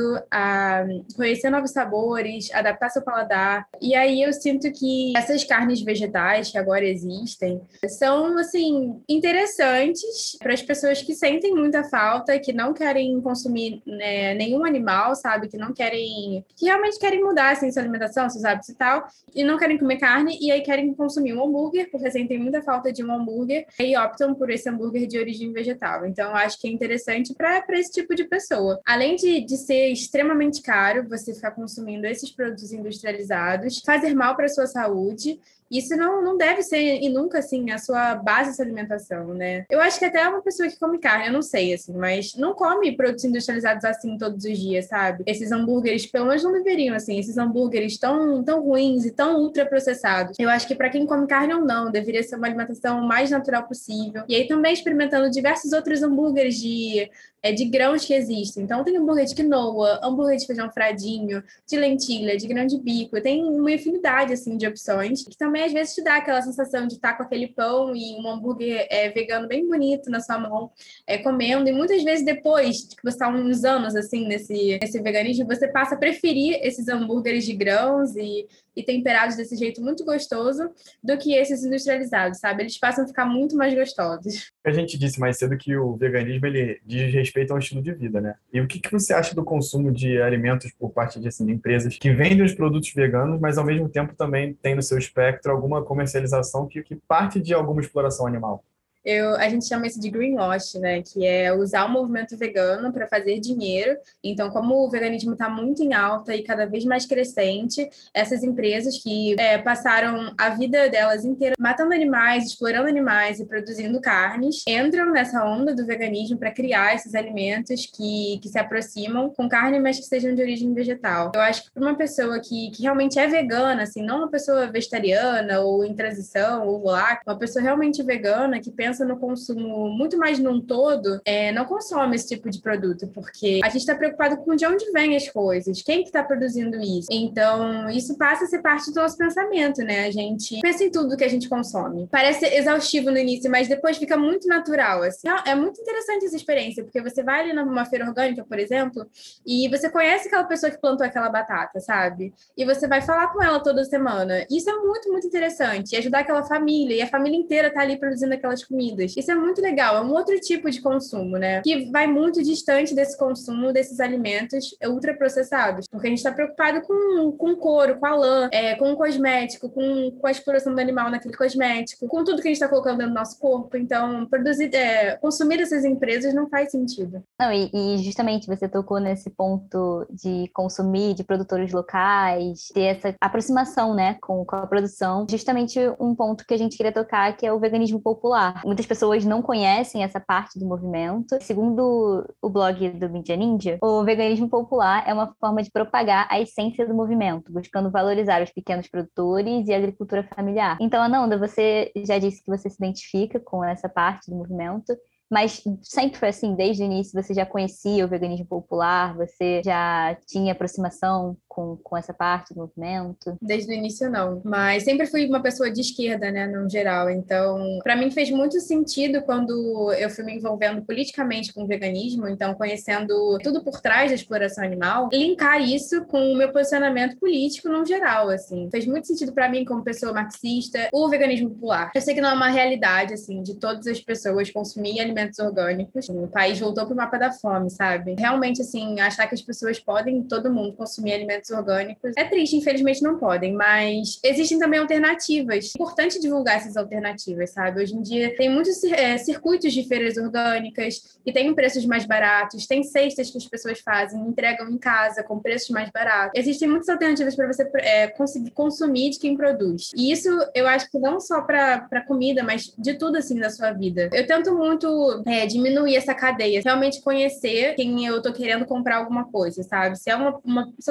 a conhecer novos sabores, adaptar seu paladar. E aí eu sinto que essas carnes vegetais que agora existem são, assim, interessantes para as pessoas que sentem muita falta, que não querem consumir, né, nenhum animal, sabe? Que não querem... que realmente querem mudar assim, sua alimentação, seus hábitos e tal, e não querem comer carne, e aí querem consumir um hambúrguer, porque sentem muita falta de um hambúrguer, e optam por esse hambúrguer de origem vegetal. Então, eu acho que é interessante para esse tipo de pessoa. Além de, de ser extremamente caro você ficar consumindo esses produtos industrializados, fazer mal para a sua saúde, isso não, não deve ser, e nunca, assim, a sua base de alimentação, né? Eu acho que até uma pessoa que come carne, eu não sei, assim, mas não come produtos industrializados assim todos os dias, sabe? Esses hambúrgueres, pelo menos não deveriam, assim, esses hambúrgueres tão, tão ruins e tão ultraprocessados. Eu acho que para quem come carne ou não, deveria ser uma alimentação mais natural possível. E aí também experimentando diversos outros hambúrgueres de... É de grãos que existem. Então, tem hambúrguer de quinoa, hambúrguer de feijão fradinho, de lentilha, de grão de bico. Tem uma infinidade, assim, de opções, que também, às vezes, te dá aquela sensação de estar com aquele pão e um hambúrguer é, vegano bem bonito na sua mão, é, comendo. E muitas vezes, depois de que você está uns anos, assim, nesse, nesse veganismo, você passa a preferir esses hambúrgueres de grãos e, e temperados desse jeito muito gostoso do que esses industrializados, sabe? Eles passam a ficar muito mais gostosos. A gente disse mais cedo que o veganismo ele diz respeito a um estilo de vida, né? E o que, que você acha do consumo de alimentos por parte de, assim, de empresas que vendem os produtos veganos, mas ao mesmo tempo também tem no seu espectro alguma comercialização que, que parte de alguma exploração animal? Eu, a gente chama isso de greenwash, né? Que é usar o movimento vegano para fazer dinheiro. Então, como o veganismo está muito em alta e cada vez mais crescente, essas empresas que é, passaram a vida delas inteira matando animais, explorando animais e produzindo carnes, entram nessa onda do veganismo para criar esses alimentos que, que se aproximam com carne, mas que sejam de origem vegetal. Eu acho que para uma pessoa que, que realmente é vegana, assim, não uma pessoa vegetariana ou em transição ou lá, uma pessoa realmente vegana que pensa no consumo muito mais num todo, é, não consome esse tipo de produto, porque a gente está preocupado com de onde vêm as coisas, quem que está produzindo isso. Então, isso passa a ser parte do nosso pensamento, né? A gente pensa em tudo que a gente consome. Parece exaustivo no início, mas depois fica muito natural, assim. É muito interessante essa experiência, porque você vai ali numa feira orgânica, por exemplo, e você conhece aquela pessoa que plantou aquela batata, sabe? E você vai falar com ela toda semana. Isso é muito, muito interessante. E ajudar aquela família, e a família inteira tá ali produzindo aquelas comidas. Isso é muito legal, é um outro tipo de consumo, né? Que vai muito distante desse consumo desses alimentos ultraprocessados, porque a gente está preocupado com, com o couro, com a lã, é, com o cosmético, com, com a exploração do animal naquele cosmético, com tudo que a gente está colocando dentro do nosso corpo. Então, produzir, é, consumir essas empresas não faz sentido. Não, e, e justamente você tocou nesse ponto de consumir de produtores locais, ter essa aproximação, né, com, com a produção. Justamente um ponto que a gente queria tocar, que é o veganismo popular. Muitas pessoas não conhecem essa parte do movimento. Segundo o blog do Mídia Ninja, o veganismo popular é uma forma de propagar a essência do movimento, buscando valorizar os pequenos produtores e a agricultura familiar. Então, Ananda, você já disse que você se identifica com essa parte do movimento, mas sempre foi assim, desde o início você já conhecia o veganismo popular, você já tinha aproximação com, com essa parte do movimento? Desde o início, não. Mas sempre fui uma pessoa de esquerda, né, no geral. Então, para mim fez muito sentido quando eu fui me envolvendo politicamente com o veganismo, então conhecendo tudo por trás da exploração animal, linkar isso com o meu posicionamento político no geral, assim. Fez muito sentido para mim como pessoa marxista, o veganismo popular. Eu sei que não é uma realidade, assim, de todas as pessoas consumirem alimentos orgânicos. O país voltou pro mapa da fome, sabe? Realmente, assim, achar que as pessoas podem, todo mundo, consumir alimentos orgânicos é triste, infelizmente não podem, mas existem também alternativas. É importante divulgar essas alternativas, sabe? Hoje em dia tem muitos é, circuitos de feiras orgânicas que têm preços mais baratos, tem cestas que as pessoas fazem, entregam em casa com preços mais baratos. Existem muitas alternativas para você é, conseguir consumir de quem produz. E isso eu acho que não só para comida, mas de tudo assim da sua vida. Eu tento muito é, diminuir essa cadeia, realmente conhecer quem eu tô querendo comprar alguma coisa, sabe? Se é uma, uma se eu consigo comprar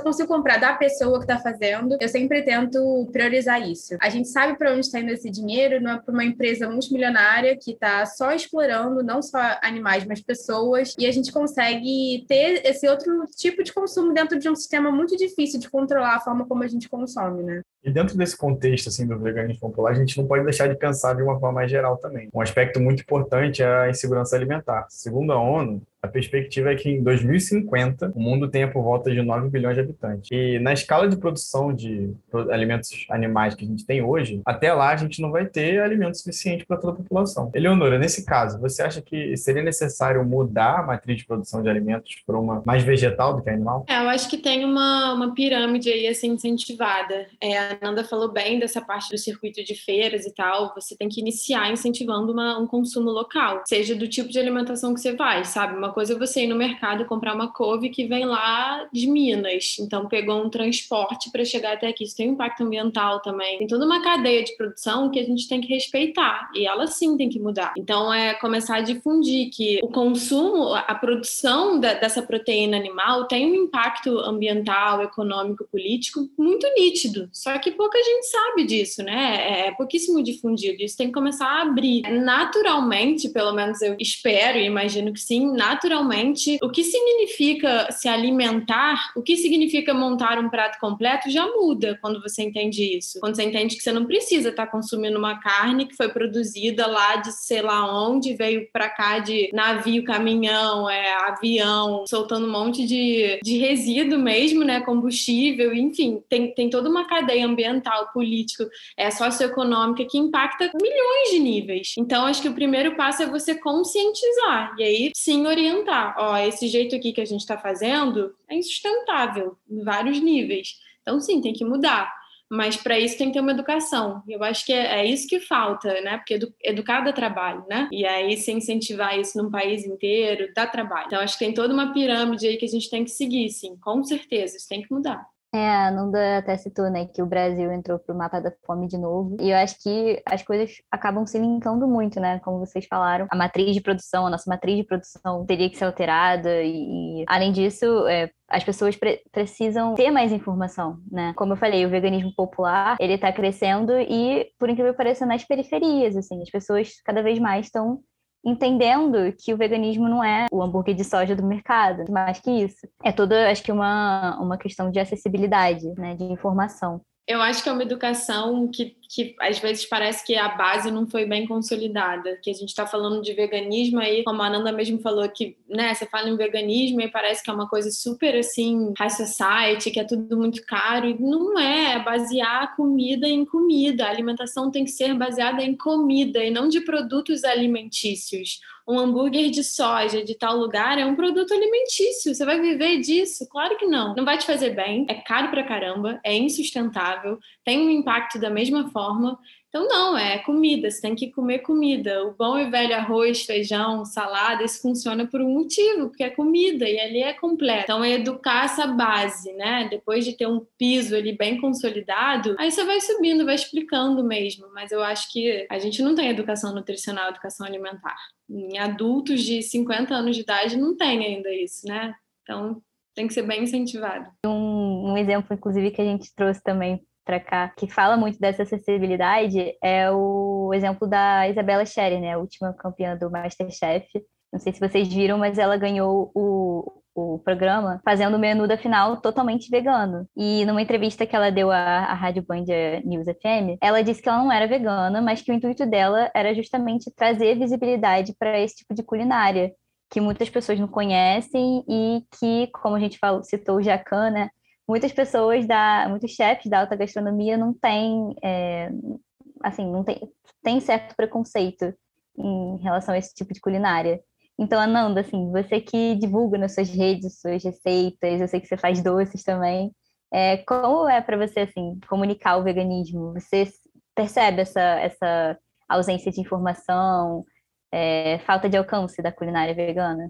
comprar da pessoa que está fazendo, eu sempre tento priorizar isso. A gente sabe para onde está indo esse dinheiro, não é para uma empresa multimilionária que está só explorando não só animais, mas pessoas, e a gente consegue ter esse outro tipo de consumo dentro de um sistema muito difícil de controlar a forma como a gente consome, né? E dentro desse contexto assim, do veganismo popular, a gente não pode deixar de pensar de uma forma mais geral também. Um aspecto muito importante é a insegurança alimentar. Segundo a ONU, a perspectiva é que em dois mil e cinquenta o mundo tenha por volta de nove bilhões de habitantes. E na escala de produção de alimentos animais que a gente tem hoje, até lá a gente não vai ter alimento suficiente para toda a população. Eleonora, nesse caso, você acha que seria necessário mudar a matriz de produção de alimentos para uma mais vegetal do que animal? É, eu acho que tem uma, uma pirâmide aí a ser incentivada. É, a Nanda falou bem dessa parte do circuito de feiras e tal. Você tem que iniciar incentivando uma, um consumo local, seja do tipo de alimentação que você vai, sabe? Uma coisa é você ir no mercado e comprar uma couve que vem lá de Minas, então pegou um transporte para chegar até aqui. Isso tem um impacto ambiental também. Tem toda uma cadeia de produção que a gente tem que respeitar, e ela sim tem que mudar. Então é começar a difundir que o consumo, a produção da, dessa proteína animal tem um impacto ambiental, econômico, político muito nítido, só que pouca gente sabe disso, né? É pouquíssimo difundido. Isso tem que começar a abrir. Naturalmente, pelo menos eu espero e imagino que sim, naturalmente, o que significa se alimentar, o que significa montar um prato completo já muda quando você entende isso. Quando você entende que você não precisa estar consumindo uma carne que foi produzida lá de sei lá onde, veio pra cá de navio, caminhão, é, avião, soltando um monte de, de resíduo mesmo, né? Combustível, enfim, tem, tem toda uma cadeia ambiental, político, é, socioeconômica que impacta milhões de níveis. Então, acho que o primeiro passo é você conscientizar e aí sim orientar. Ó, esse jeito aqui que a gente está fazendo é insustentável em vários níveis. Então, sim, tem que mudar. Mas para isso tem que ter uma educação. Eu acho que é, é isso que falta, né? Porque edu- educar dá trabalho, né? E aí, se incentivar isso num país inteiro, dá trabalho. Então, acho que tem toda uma pirâmide aí que a gente tem que seguir, sim. Com certeza, isso tem que mudar. É, a Nanda até citou, né, que o Brasil entrou pro mapa da fome de novo. E eu acho que as coisas acabam se linkando muito, né? Como vocês falaram, a matriz de produção, a nossa matriz de produção teria que ser alterada. E, além disso, é, as pessoas pre- precisam ter mais informação, né? Como eu falei, o veganismo popular, ele tá crescendo e, por incrível que pareça, nas periferias, assim, as pessoas cada vez mais estão entendendo que o veganismo não é o hambúrguer de soja do mercado, mais que isso. É toda, acho que, uma, uma questão de acessibilidade, né, de informação. Eu acho que é uma educação que, que às vezes parece que a base não foi bem consolidada, que a gente está falando de veganismo aí, como a Ananda mesmo falou que, né, você fala em veganismo e parece que é uma coisa super assim, high society, que é tudo muito caro, e não é, é basear a comida em comida, a alimentação tem que ser baseada em comida e não de produtos alimentícios. Um hambúrguer de soja de tal lugar é um produto alimentício. Você vai viver disso? Claro que não. Não vai te fazer bem, é caro pra caramba, é insustentável, tem um impacto da mesma forma. Então, não, é comida, você tem que comer comida. O bom e velho arroz, feijão, salada, isso funciona por um motivo, porque é comida e ali é completo. Então, é educar essa base, né? Depois de ter um piso ali bem consolidado, aí você vai subindo, vai explicando mesmo. Mas eu acho que a gente não tem educação nutricional, educação alimentar. Em adultos de cinquenta anos de idade não tem ainda isso, né? Então, tem que ser bem incentivado. Um, um exemplo, inclusive, que a gente trouxe também para cá, que fala muito dessa acessibilidade, é o exemplo da Isabella Scherer, né, a última campeã do MasterChef. Não sei se vocês viram, mas ela ganhou o, o programa fazendo o menu da final totalmente vegano. E numa entrevista que ela deu à, à Rádio Band News F M, ela disse que ela não era vegana, mas que o intuito dela era justamente trazer visibilidade para esse tipo de culinária, que muitas pessoas não conhecem e que, como a gente falou, citou o Jacan, né, muitas pessoas, da, muitos chefes da alta gastronomia não têm, é, assim, não tem, tem certo preconceito em relação a esse tipo de culinária. Então, Ananda, assim, você que divulga nas suas redes, suas receitas, eu sei que você faz doces também, é, como é para você, assim, comunicar o veganismo? Você percebe essa, essa ausência de informação, é, falta de alcance da culinária vegana?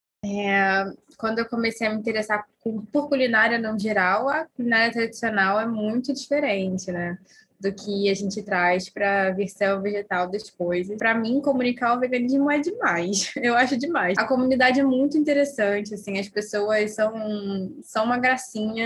É, quando eu comecei a me interessar por culinária no geral, a culinária tradicional é muito diferente, né, do que a gente traz para a versão vegetal das coisas. Para mim, comunicar o veganismo é demais. Eu acho demais. A comunidade é muito interessante, assim, as pessoas são, são uma gracinha.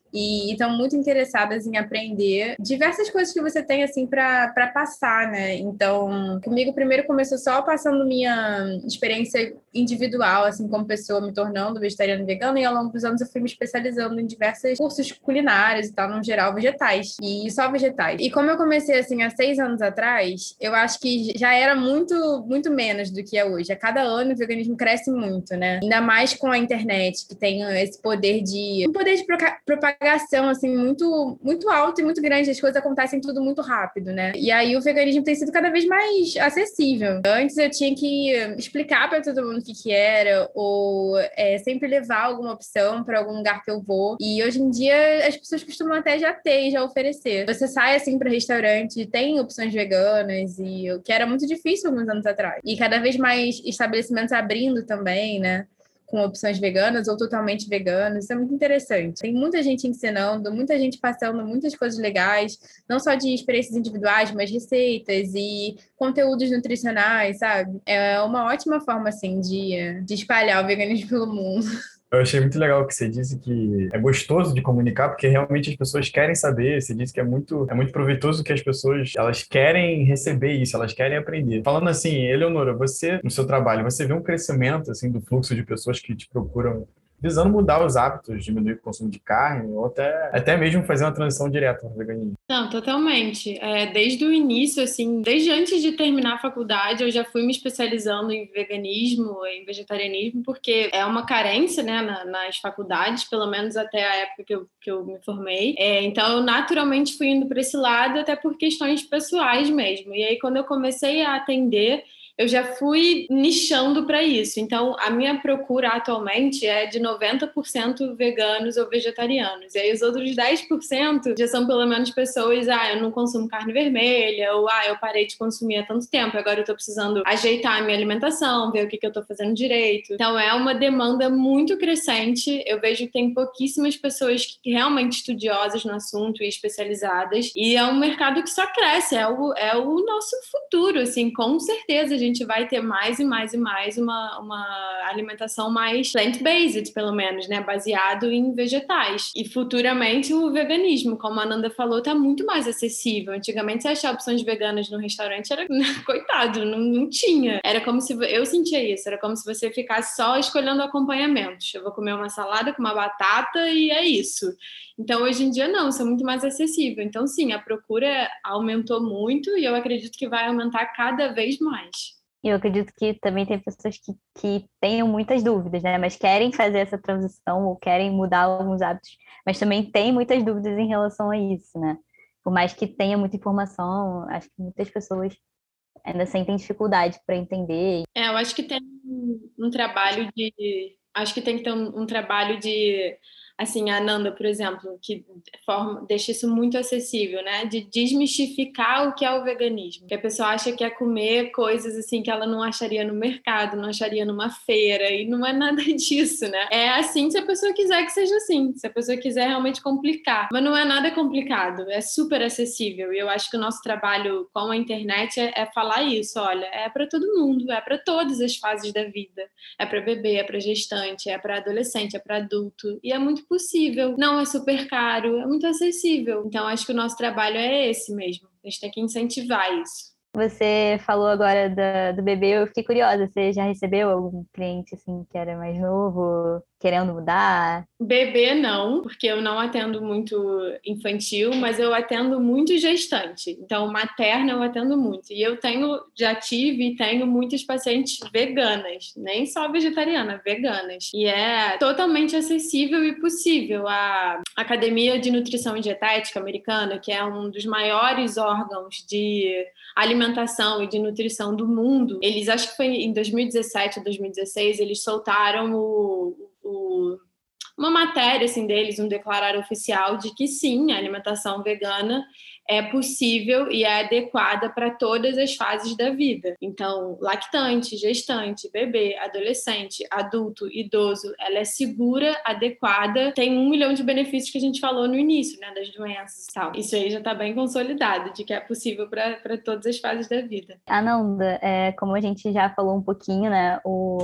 e estão muito interessadas em aprender diversas coisas que você tem, assim, para passar, né? Então, comigo primeiro começou só passando minha experiência individual, assim, como pessoa, me tornando vegetariana e vegana, e ao longo dos anos eu fui me especializando em diversos cursos culinários e tal, no geral, vegetais, e só vegetais. E como eu comecei, assim, há seis anos atrás, eu acho que já era muito, muito menos do que é hoje. A cada ano o veganismo cresce muito, né? Ainda mais com a internet, que tem esse poder de... um poder de propagação, assim, muito, muito alto e muito grande. As coisas acontecem tudo muito rápido, né? E aí o veganismo tem sido cada vez mais acessível. Antes eu tinha que explicar para todo mundo o que que era, ou é, sempre levar alguma opção para algum lugar que eu vou. E hoje em dia as pessoas costumam até já ter e já oferecer. Você sai, assim, para restaurante, tem opções veganas, e o que era muito difícil alguns anos atrás. E cada vez mais estabelecimentos abrindo também, né? Com opções veganas ou totalmente veganas. Isso é muito interessante. Tem muita gente ensinando, muita gente passando muitas coisas legais, não só de experiências individuais, mas receitas e conteúdos nutricionais, sabe? É uma ótima forma, assim, de, de espalhar o veganismo pelo mundo. Eu achei muito legal o que você disse, que é gostoso de comunicar, porque realmente as pessoas querem saber. Você disse que é muito, é muito proveitoso que as pessoas, elas querem receber isso, elas querem aprender. Falando assim, Eleonora, você, no seu trabalho, você vê um crescimento, assim, do fluxo de pessoas que te procuram visando mudar os hábitos, diminuir o consumo de carne, ou até, até mesmo fazer uma transição direta no veganismo? Não, totalmente. É, desde o início, assim, desde antes de terminar a faculdade, eu já fui me especializando em veganismo, em vegetarianismo, porque é uma carência, né, na, nas faculdades, pelo menos até a época que eu, que eu me formei. É, então, eu naturalmente fui indo para esse lado, até por questões pessoais mesmo. E aí, quando eu comecei a atender, eu já fui nichando para isso. Então, a minha procura atualmente é de noventa por cento veganos ou vegetarianos. E aí, os outros dez por cento já são pelo menos pessoas, ah, eu não consumo carne vermelha, ou ah, eu parei de consumir há tanto tempo, agora eu tô precisando ajeitar a minha alimentação, ver o que, que eu tô fazendo direito. Então, é uma demanda muito crescente. Eu vejo que tem pouquíssimas pessoas que realmente estudiosas no assunto e especializadas. E é um mercado que só cresce, é o, é o nosso futuro, assim, com certeza a gente gente vai ter mais e mais e mais uma, uma alimentação mais plant-based, pelo menos, né? Baseado em vegetais. E futuramente o veganismo, como a Ananda falou, tá muito mais acessível. Antigamente, você achar opções veganas no restaurante era, coitado, não, não tinha. Era como se, eu sentia isso, era como se você ficasse só escolhendo acompanhamentos. Eu vou comer uma salada com uma batata e é isso. Então, hoje em dia, não, isso é muito mais acessível. Então, sim, a procura aumentou muito e eu acredito que vai aumentar cada vez mais. Eu acredito que também tem pessoas que, que tenham muitas dúvidas, né? Mas querem fazer essa transição ou querem mudar alguns hábitos, mas também tem muitas dúvidas em relação a isso, né? Por mais que tenha muita informação, acho que muitas pessoas ainda sentem dificuldade para entender. É, eu acho que tem um trabalho de... Acho que tem que ter um, um trabalho de... Assim, a Ananda, por exemplo, que forma, deixa isso muito acessível, né? De desmistificar o que é o veganismo. Que a pessoa acha que é comer coisas assim que ela não acharia no mercado, não acharia numa feira, e não é nada disso, né? É assim se a pessoa quiser que seja assim, se a pessoa quiser realmente complicar. Mas não é nada complicado, é super acessível. E eu acho que o nosso trabalho com a internet é, é falar isso, olha, é para todo mundo, é para todas as fases da vida. É para bebê, é para gestante, é para adolescente, é para adulto. E é muito possível, não é super caro, é muito acessível. Então, acho que o nosso trabalho é esse mesmo. A gente tem que incentivar isso. Você falou agora da, do bebê, eu fiquei curiosa. Você já recebeu algum cliente assim que era mais novo, querendo mudar? Bebê não, porque eu não atendo muito infantil, mas eu atendo muito gestante. Então, materna eu atendo muito. E eu tenho, já tive e tenho muitas pacientes veganas, nem só vegetariana, veganas. E é totalmente acessível e possível. A Academia de Nutrição e Dietética Americana, que é um dos maiores órgãos de alimentação e de nutrição do mundo, eles, acho que foi em dois mil e dezessete ou dois mil e dezesseis, eles soltaram o, o, uma matéria assim, deles, um declarário oficial de que sim, a alimentação vegana é possível e é adequada para todas as fases da vida. Então, lactante, gestante, bebê, adolescente, adulto, idoso, ela é segura, adequada, tem um milhão de benefícios que a gente falou no início, né, das doenças e tal. Isso aí já está bem consolidado, de que é possível para todas as fases da vida. Ananda, é, como a gente já falou um pouquinho, né, o,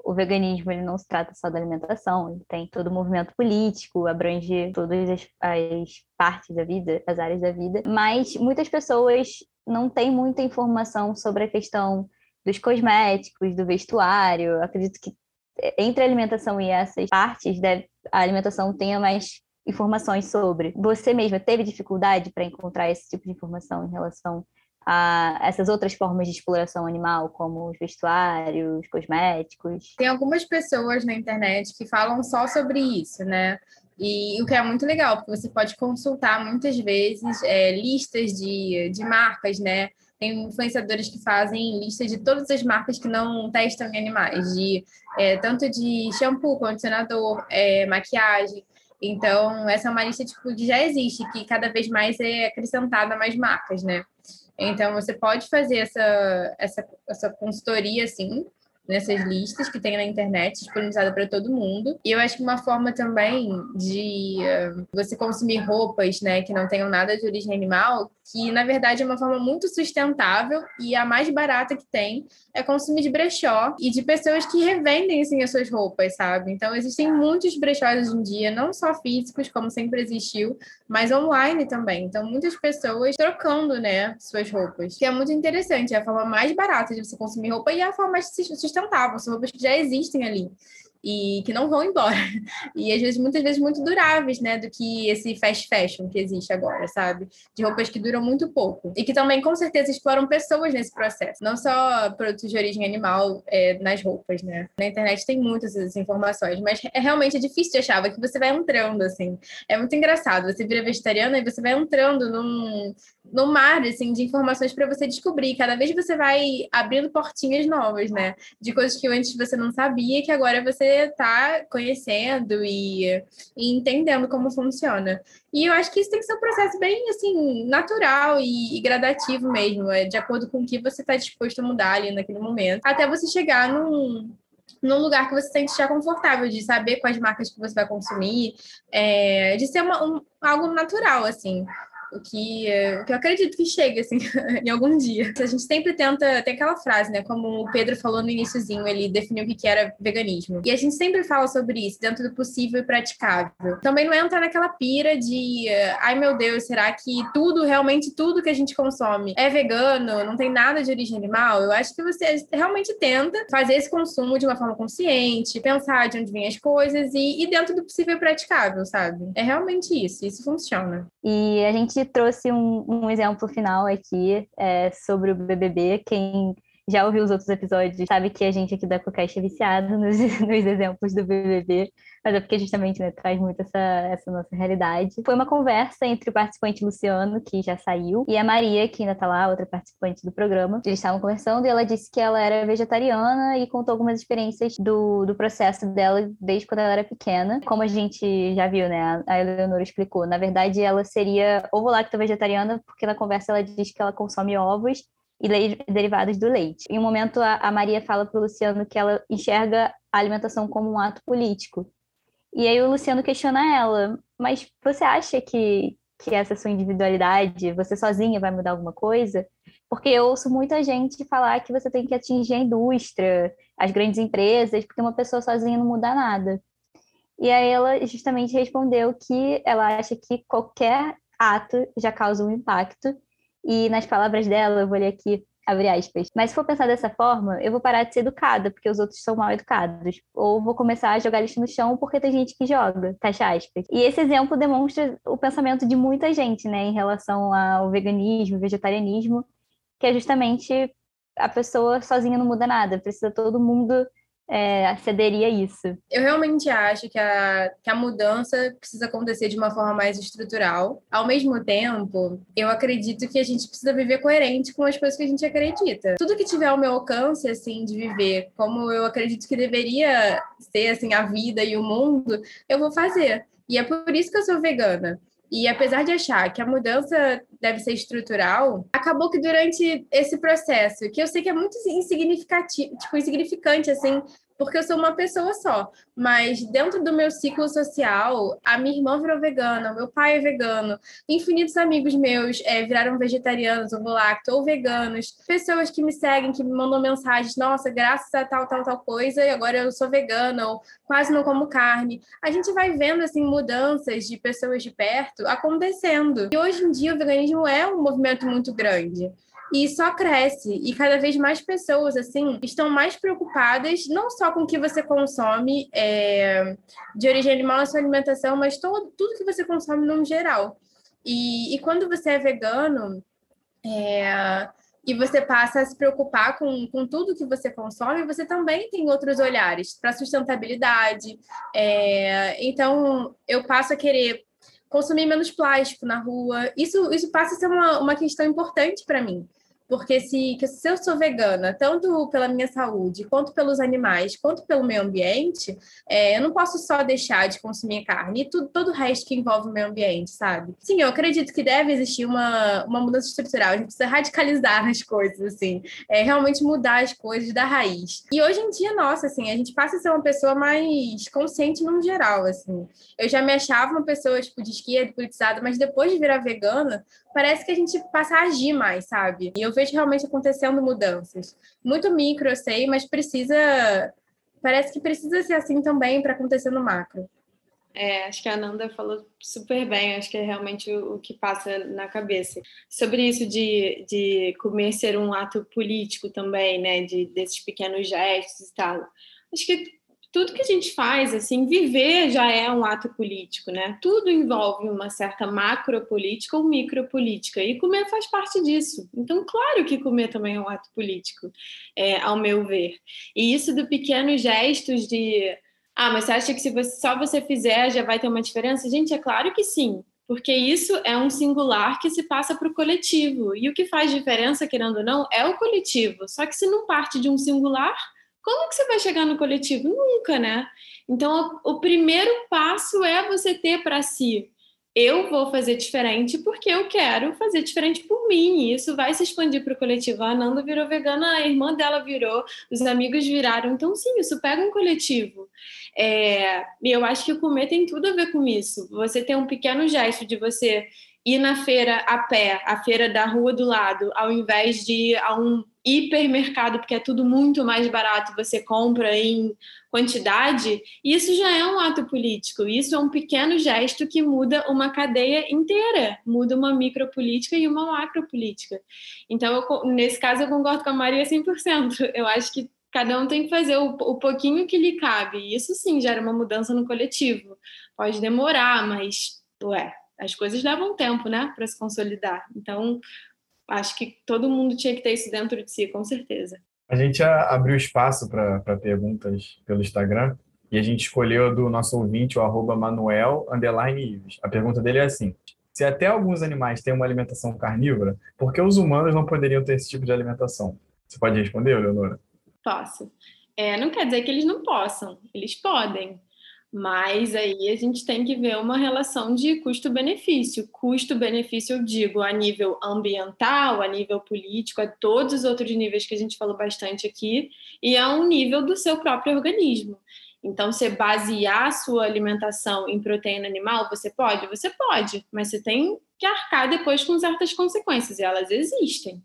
o veganismo ele não se trata só da alimentação, ele tem todo o movimento político, abrange todas as, as partes da vida, as áreas da vida, mas muitas pessoas não têm muita informação sobre a questão dos cosméticos, do vestuário. Eu acredito que entre a alimentação e essas partes, deve, a alimentação tenha mais informações sobre. Você mesma teve dificuldade para encontrar esse tipo de informação em relação a essas outras formas de exploração animal, como os vestuários, cosméticos? Tem algumas pessoas na internet que falam só sobre isso, né? E o que é muito legal, porque você pode consultar muitas vezes é, listas de, de marcas, né? Tem influenciadores que fazem lista de todas as marcas que não testam em animais, de, é, tanto de shampoo, condicionador, é, maquiagem. Então, essa é uma lista tipo, que já existe, que cada vez mais é acrescentada a mais marcas, né? Então, você pode fazer essa, essa, essa consultoria, assim, nessas listas que tem na internet, disponibilizada para todo mundo. E eu acho que uma forma também de uh, você consumir roupas, né, que não tenham nada de origem animal, que na verdade é uma forma muito sustentável e a mais barata que tem é consumir de brechó e de pessoas que revendem assim as suas roupas, sabe? Então existem muitos brechós hoje em dia, não só físicos, como sempre existiu, mas online também. Então muitas pessoas trocando, né, suas roupas, que é muito interessante, é a forma mais barata de você consumir roupa e é a forma mais sustentável, são roupas que já existem ali e que não vão embora. E às vezes, muitas vezes, muito duráveis, né? Do que esse fast fashion que existe agora, sabe? De roupas que duram muito pouco. E que também, com certeza, exploram pessoas nesse processo. Não só produtos de origem animal é, nas roupas, né? Na internet tem muitas essas informações, mas é realmente difícil de achar, que você vai entrando, assim. É muito engraçado. Você vira vegetariana e você vai entrando num, num mar, assim, de informações para você descobrir. Cada vez você vai abrindo portinhas novas, né? De coisas que antes você não sabia, que agora você está conhecendo e, e entendendo como funciona. E eu acho que isso tem que ser um processo bem, assim, natural e, e gradativo mesmo, é de acordo com o que você está disposto a mudar ali naquele momento, até você chegar num, num lugar que você se sente já confortável, de saber quais marcas que você vai consumir, é, de ser uma, um, algo natural, assim. O que, o que eu acredito que chegue, assim, em algum dia. A gente sempre tenta, tem aquela frase, né, como o Pedro falou no iniciozinho, ele definiu o que era veganismo. E a gente sempre fala sobre isso, dentro do possível e praticável. Também não entra naquela pira de, ai meu Deus, será que tudo, realmente tudo que a gente consome é vegano, não tem nada de origem animal? Eu acho que você realmente tenta fazer esse consumo de uma forma consciente, pensar de onde vêm as coisas e, e dentro do possível e praticável, sabe? É realmente isso, isso funciona. E a gente trouxe um, um exemplo final aqui é, sobre o B B B. Quem já ouviu os outros episódios sabe que a gente aqui da Cocast é viciado nos, nos exemplos do B B B, mas é porque justamente, né, traz muito essa, essa nossa realidade. Foi uma conversa entre o participante Luciano, que já saiu, e a Maria, que ainda tá lá, outra participante do programa. Eles estavam conversando e ela disse que ela era vegetariana e contou algumas experiências do, do processo dela desde quando ela era pequena. Como a gente já viu, né, a Eleonora explicou, na verdade ela seria ovo-lacto-vegetariana porque na conversa ela diz que ela consome ovos e le- derivados do leite. Em um momento, a, a Maria fala para o Luciano que ela enxerga a alimentação como um ato político. E aí o Luciano questiona ela, mas você acha que, que essa sua individualidade, você sozinha vai mudar alguma coisa? Porque eu ouço muita gente falar que você tem que atingir a indústria, as grandes empresas, porque uma pessoa sozinha não muda nada. E aí ela justamente respondeu que ela acha que qualquer ato já causa um impacto. E nas palavras dela, eu vou ler aqui, abre aspas, mas se for pensar dessa forma, eu vou parar de ser educada, porque os outros são mal educados. Ou vou começar a jogar lixo no chão porque tem gente que joga, fecha aspas. E esse exemplo demonstra o pensamento de muita gente, né, em relação ao veganismo, vegetarianismo, que é justamente a pessoa sozinha não muda nada, precisa todo mundo é, se aderir a isso. Eu realmente acho que a, que a mudança precisa acontecer de uma forma mais estrutural. Ao mesmo tempo, eu acredito que a gente precisa viver coerente com as coisas que a gente acredita. Tudo que tiver ao meu alcance, assim, de viver como eu acredito que deveria ser, assim, a vida e o mundo, eu vou fazer. E é por isso que eu sou vegana. E apesar de achar que a mudança deve ser estrutural, acabou que durante esse processo, que eu sei que é muito insignificativo, tipo, insignificante, assim, porque eu sou uma pessoa só. Mas dentro do meu ciclo social, a minha irmã virou vegana, o meu pai é vegano, infinitos amigos meus é, viraram vegetarianos, ovo lacto, ou veganos, pessoas que me seguem, que me mandam mensagens, nossa, graças a tal, tal, tal coisa, e agora eu sou vegana, ou quase não como carne. A gente vai vendo, assim, mudanças de pessoas de perto acontecendo. E hoje em dia o veganismo é um movimento muito grande. E só cresce, e cada vez mais pessoas, assim, estão mais preocupadas, não só com o que você consome é, de origem animal na sua alimentação, mas todo, tudo que você consome no geral. E, e quando você é vegano, é, e você passa a se preocupar com, com tudo que você consome, você também tem outros olhares para sustentabilidade. É, então, eu passo a querer consumir menos plástico na rua. Isso, isso passa a ser uma, uma questão importante para mim. Porque se, que se eu sou vegana, tanto pela minha saúde, quanto pelos animais, quanto pelo meio ambiente, é, eu não posso só deixar de consumir carne e tudo, todo o resto que envolve o meio ambiente, sabe? Sim, eu acredito que deve existir uma, uma mudança estrutural. A gente precisa radicalizar as coisas, assim. É, realmente mudar as coisas da raiz. E hoje em dia, nossa, assim, a gente passa a ser uma pessoa mais consciente no geral, assim. Eu já me achava uma pessoa, tipo, de esquerda, politizada, mas depois de virar vegana, parece que a gente passa a agir mais, sabe? E eu vejo realmente acontecendo mudanças. Muito micro, eu sei, mas precisa... Parece que precisa ser assim também para acontecer no macro. É, acho que a Ananda falou super bem, acho que é realmente o, o que passa na cabeça. Sobre isso de, de comer ser um ato político também, né? De, desses pequenos gestos e tal. Acho que tudo que a gente faz, assim, viver já é um ato político, né? Tudo envolve uma certa macropolítica ou micropolítica, e comer faz parte disso. Então, claro que comer também é um ato político, é, ao meu ver. E isso do pequenos gestos de... Ah, mas você acha que se você, só você fizer já vai ter uma diferença? Gente, é claro que sim, porque isso é um singular que se passa para o coletivo. E o que faz diferença, querendo ou não, é o coletivo. Só que se não parte de um singular... Como que você vai chegar no coletivo? Nunca, né? Então, o, o primeiro passo é você ter para si, eu vou fazer diferente porque eu quero fazer diferente por mim, e isso vai se expandir para o coletivo. A Ananda virou vegana, a irmã dela virou, os amigos viraram. Então, sim, isso pega um coletivo. É, e eu acho que o comer tem tudo a ver com isso. Você tem um pequeno gesto de você ir na feira a pé, a feira da rua do lado, ao invés de ir a um hipermercado, porque é tudo muito mais barato, você compra em quantidade, isso já é um ato político. Isso é um pequeno gesto que muda uma cadeia inteira, muda uma micropolítica e uma macropolítica. Então, eu, nesse caso, eu concordo com a Maria cem por cento. Eu acho que cada um tem que fazer o, o pouquinho que lhe cabe. E isso, sim, gera uma mudança no coletivo. Pode demorar, mas, ué, as coisas levam tempo, né, para se consolidar. Então, acho que todo mundo tinha que ter isso dentro de si, com certeza. A gente abriu espaço para perguntas pelo Instagram e a gente escolheu do nosso ouvinte, o arroba Manuel underline Ives. A pergunta dele é assim: se até alguns animais têm uma alimentação carnívora, por que os humanos não poderiam ter esse tipo de alimentação? Você pode responder, Leonora? Posso. É, não quer dizer que eles não possam, eles podem. Mas aí a gente tem que ver uma relação de custo-benefício. Custo-benefício, eu digo, a nível ambiental, a nível político, a todos os outros níveis que a gente falou bastante aqui, e a um nível do seu próprio organismo. Então, você basear a sua alimentação em proteína animal, você pode? Você pode, mas você tem que arcar depois com certas consequências, e elas existem.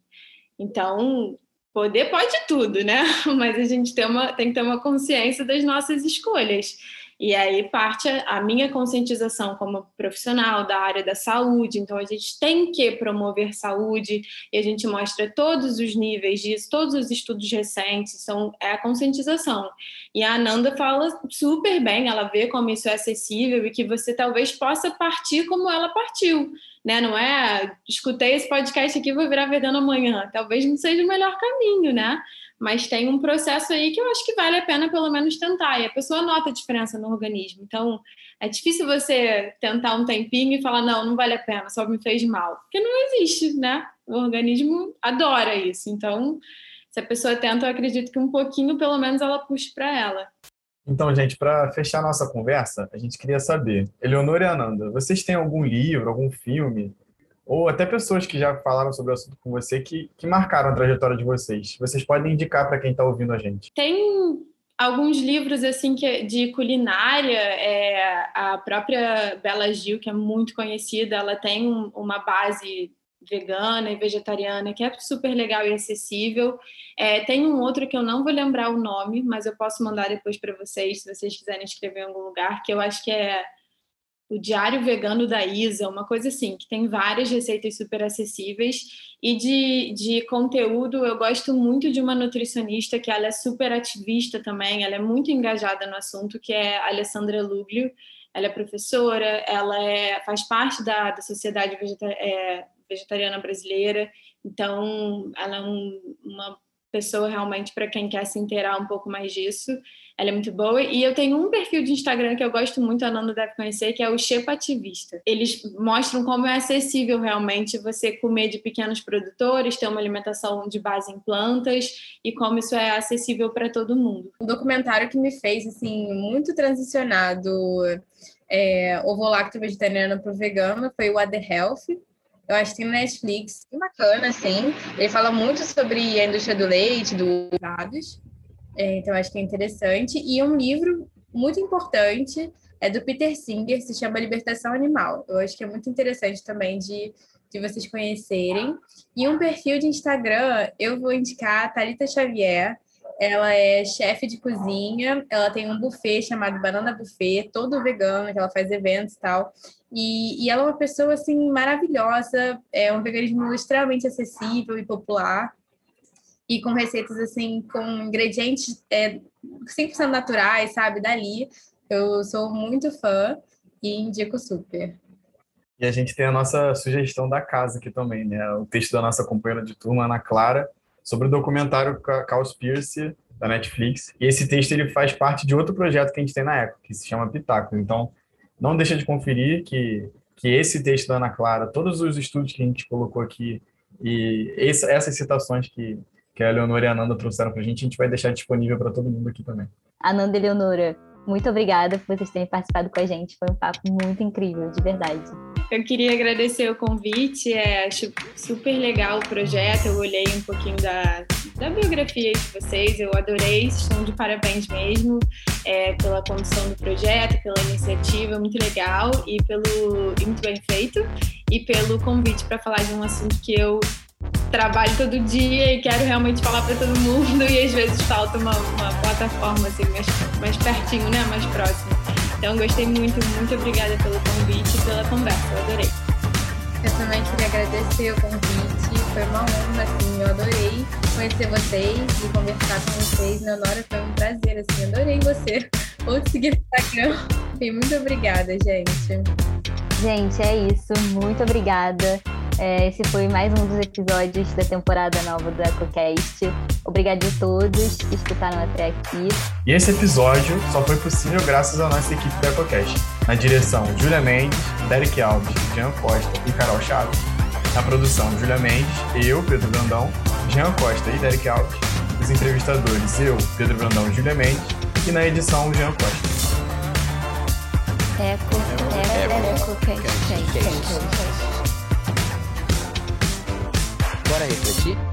Então, poder pode tudo, né? Mas a gente tem, uma, tem que ter uma consciência das nossas escolhas. E aí parte a minha conscientização como profissional da área da saúde. Então, a gente tem que promover saúde e a gente mostra todos os níveis disso, todos os estudos recentes, são, é a conscientização. E a Ananda fala super bem, ela vê como isso é acessível e que você talvez possa partir como ela partiu, né? Não é, escutei esse podcast aqui, vou virar vegana amanhã. Talvez não seja o melhor caminho, né? Mas tem um processo aí que eu acho que vale a pena pelo menos tentar, e a pessoa nota a diferença no organismo. Então, é difícil você tentar um tempinho e falar, não, não vale a pena, só me fez mal. Porque não existe, né? O organismo adora isso. Então, se a pessoa tenta, eu acredito que um pouquinho, pelo menos, ela puxe para ela. Então, gente, para fechar nossa conversa, a gente queria saber, Eleonora e Ananda, vocês têm algum livro, algum filme, ou até pessoas que já falaram sobre o assunto com você que, que marcaram a trajetória de vocês? Vocês podem indicar para quem está ouvindo a gente. Tem Alguns livros assim que, de culinária, é, a própria Bela Gil, que é muito conhecida, ela tem um, uma base vegana e vegetariana que é super legal e acessível. É, tem um outro que eu não vou lembrar o nome, mas eu posso mandar depois para vocês, se vocês quiserem escrever em algum lugar, que eu acho que é o Diário Vegano da Isa, uma coisa assim, que tem várias receitas super acessíveis. E de, de conteúdo, eu gosto muito de uma nutricionista que ela é super ativista também, ela é muito engajada no assunto, que é a Alessandra Luglio. Ela é professora, ela é, faz parte da, da Sociedade Vegeta, é, Vegetariana Brasileira, então ela é um, uma pessoa realmente para quem quer se inteirar um pouco mais disso. Ela é muito boa. E eu tenho um perfil de Instagram que eu gosto muito, a Nanda deve conhecer, que é o Xepa Ativista. Eles mostram como é acessível realmente você comer de pequenos produtores, ter uma alimentação de base em plantas e como isso é acessível para todo mundo. O documentário que me fez assim, muito transicionar do é, ovo-lacto vegetariano para o vegano foi o A The Health. Eu acho que tem no Netflix, que bacana, assim. Ele fala muito sobre a indústria do leite, dos dados. É, então, acho que é interessante. E um livro muito importante é do Peter Singer, se chama Libertação Animal. Eu acho que é muito interessante também de, de vocês conhecerem. E um perfil de Instagram, eu vou indicar a Thalita Xavier. Ela é chefe de cozinha, ela tem um buffet chamado Banana Buffet, todo vegano, que ela faz eventos e tal. E, e ela é uma pessoa, assim, maravilhosa, é um veganismo extremamente acessível e popular, e com receitas, assim, com ingredientes é, cem por cento naturais, sabe, dali. Eu sou muito fã e indico super. E a gente tem a nossa sugestão da casa aqui também, né? O texto da nossa companheira de turma, Ana Clara, sobre o documentário Cowspiracy, da Netflix. E esse texto ele faz parte de outro projeto que a gente tem na Eco, que se chama Pitáculo. Então, não deixa de conferir que, que esse texto da Ana Clara, todos os estudos que a gente colocou aqui e esse, essas citações que, que a Eleonora e a Nanda trouxeram para a gente, a gente vai deixar disponível para todo mundo aqui também. Ananda e Eleonora, muito obrigada por vocês terem participado com a gente. Foi um papo muito incrível, de verdade. Eu queria agradecer o convite, é, acho super legal o projeto, eu olhei um pouquinho da, da biografia de vocês, eu adorei, estão de parabéns mesmo é, pela condução do projeto, pela iniciativa, muito legal e, pelo, e muito bem feito, e pelo convite para falar de um assunto que eu trabalho todo dia e quero realmente falar para todo mundo e às vezes falta uma, uma plataforma assim, mais, mais pertinho, né? Mais próximo. Então gostei muito, muito obrigada pelo convite e pela conversa, eu adorei. Eu também queria agradecer o convite, foi uma honra, assim, eu adorei conhecer vocês e conversar com vocês. Leonora, foi um prazer, assim, adorei você. Vou te seguir no Instagram. E muito obrigada, gente. Gente, é isso, muito obrigada. É, esse foi mais um dos episódios da temporada nova do EcoCast. Obrigada a todos que escutaram até aqui. E esse episódio só foi possível graças à nossa equipe do EcoCast. Na direção, Júlia Mendes, Derek Alves, Jean Costa e Carol Chaves. Na produção, Júlia Mendes, eu, Pedro Brandão, Jean Costa e Derek Alves. Os entrevistadores, eu, Pedro Brandão e Júlia Mendes. E na edição, Jean Costa. Eco, Eco, EcoCast. Bora refletir?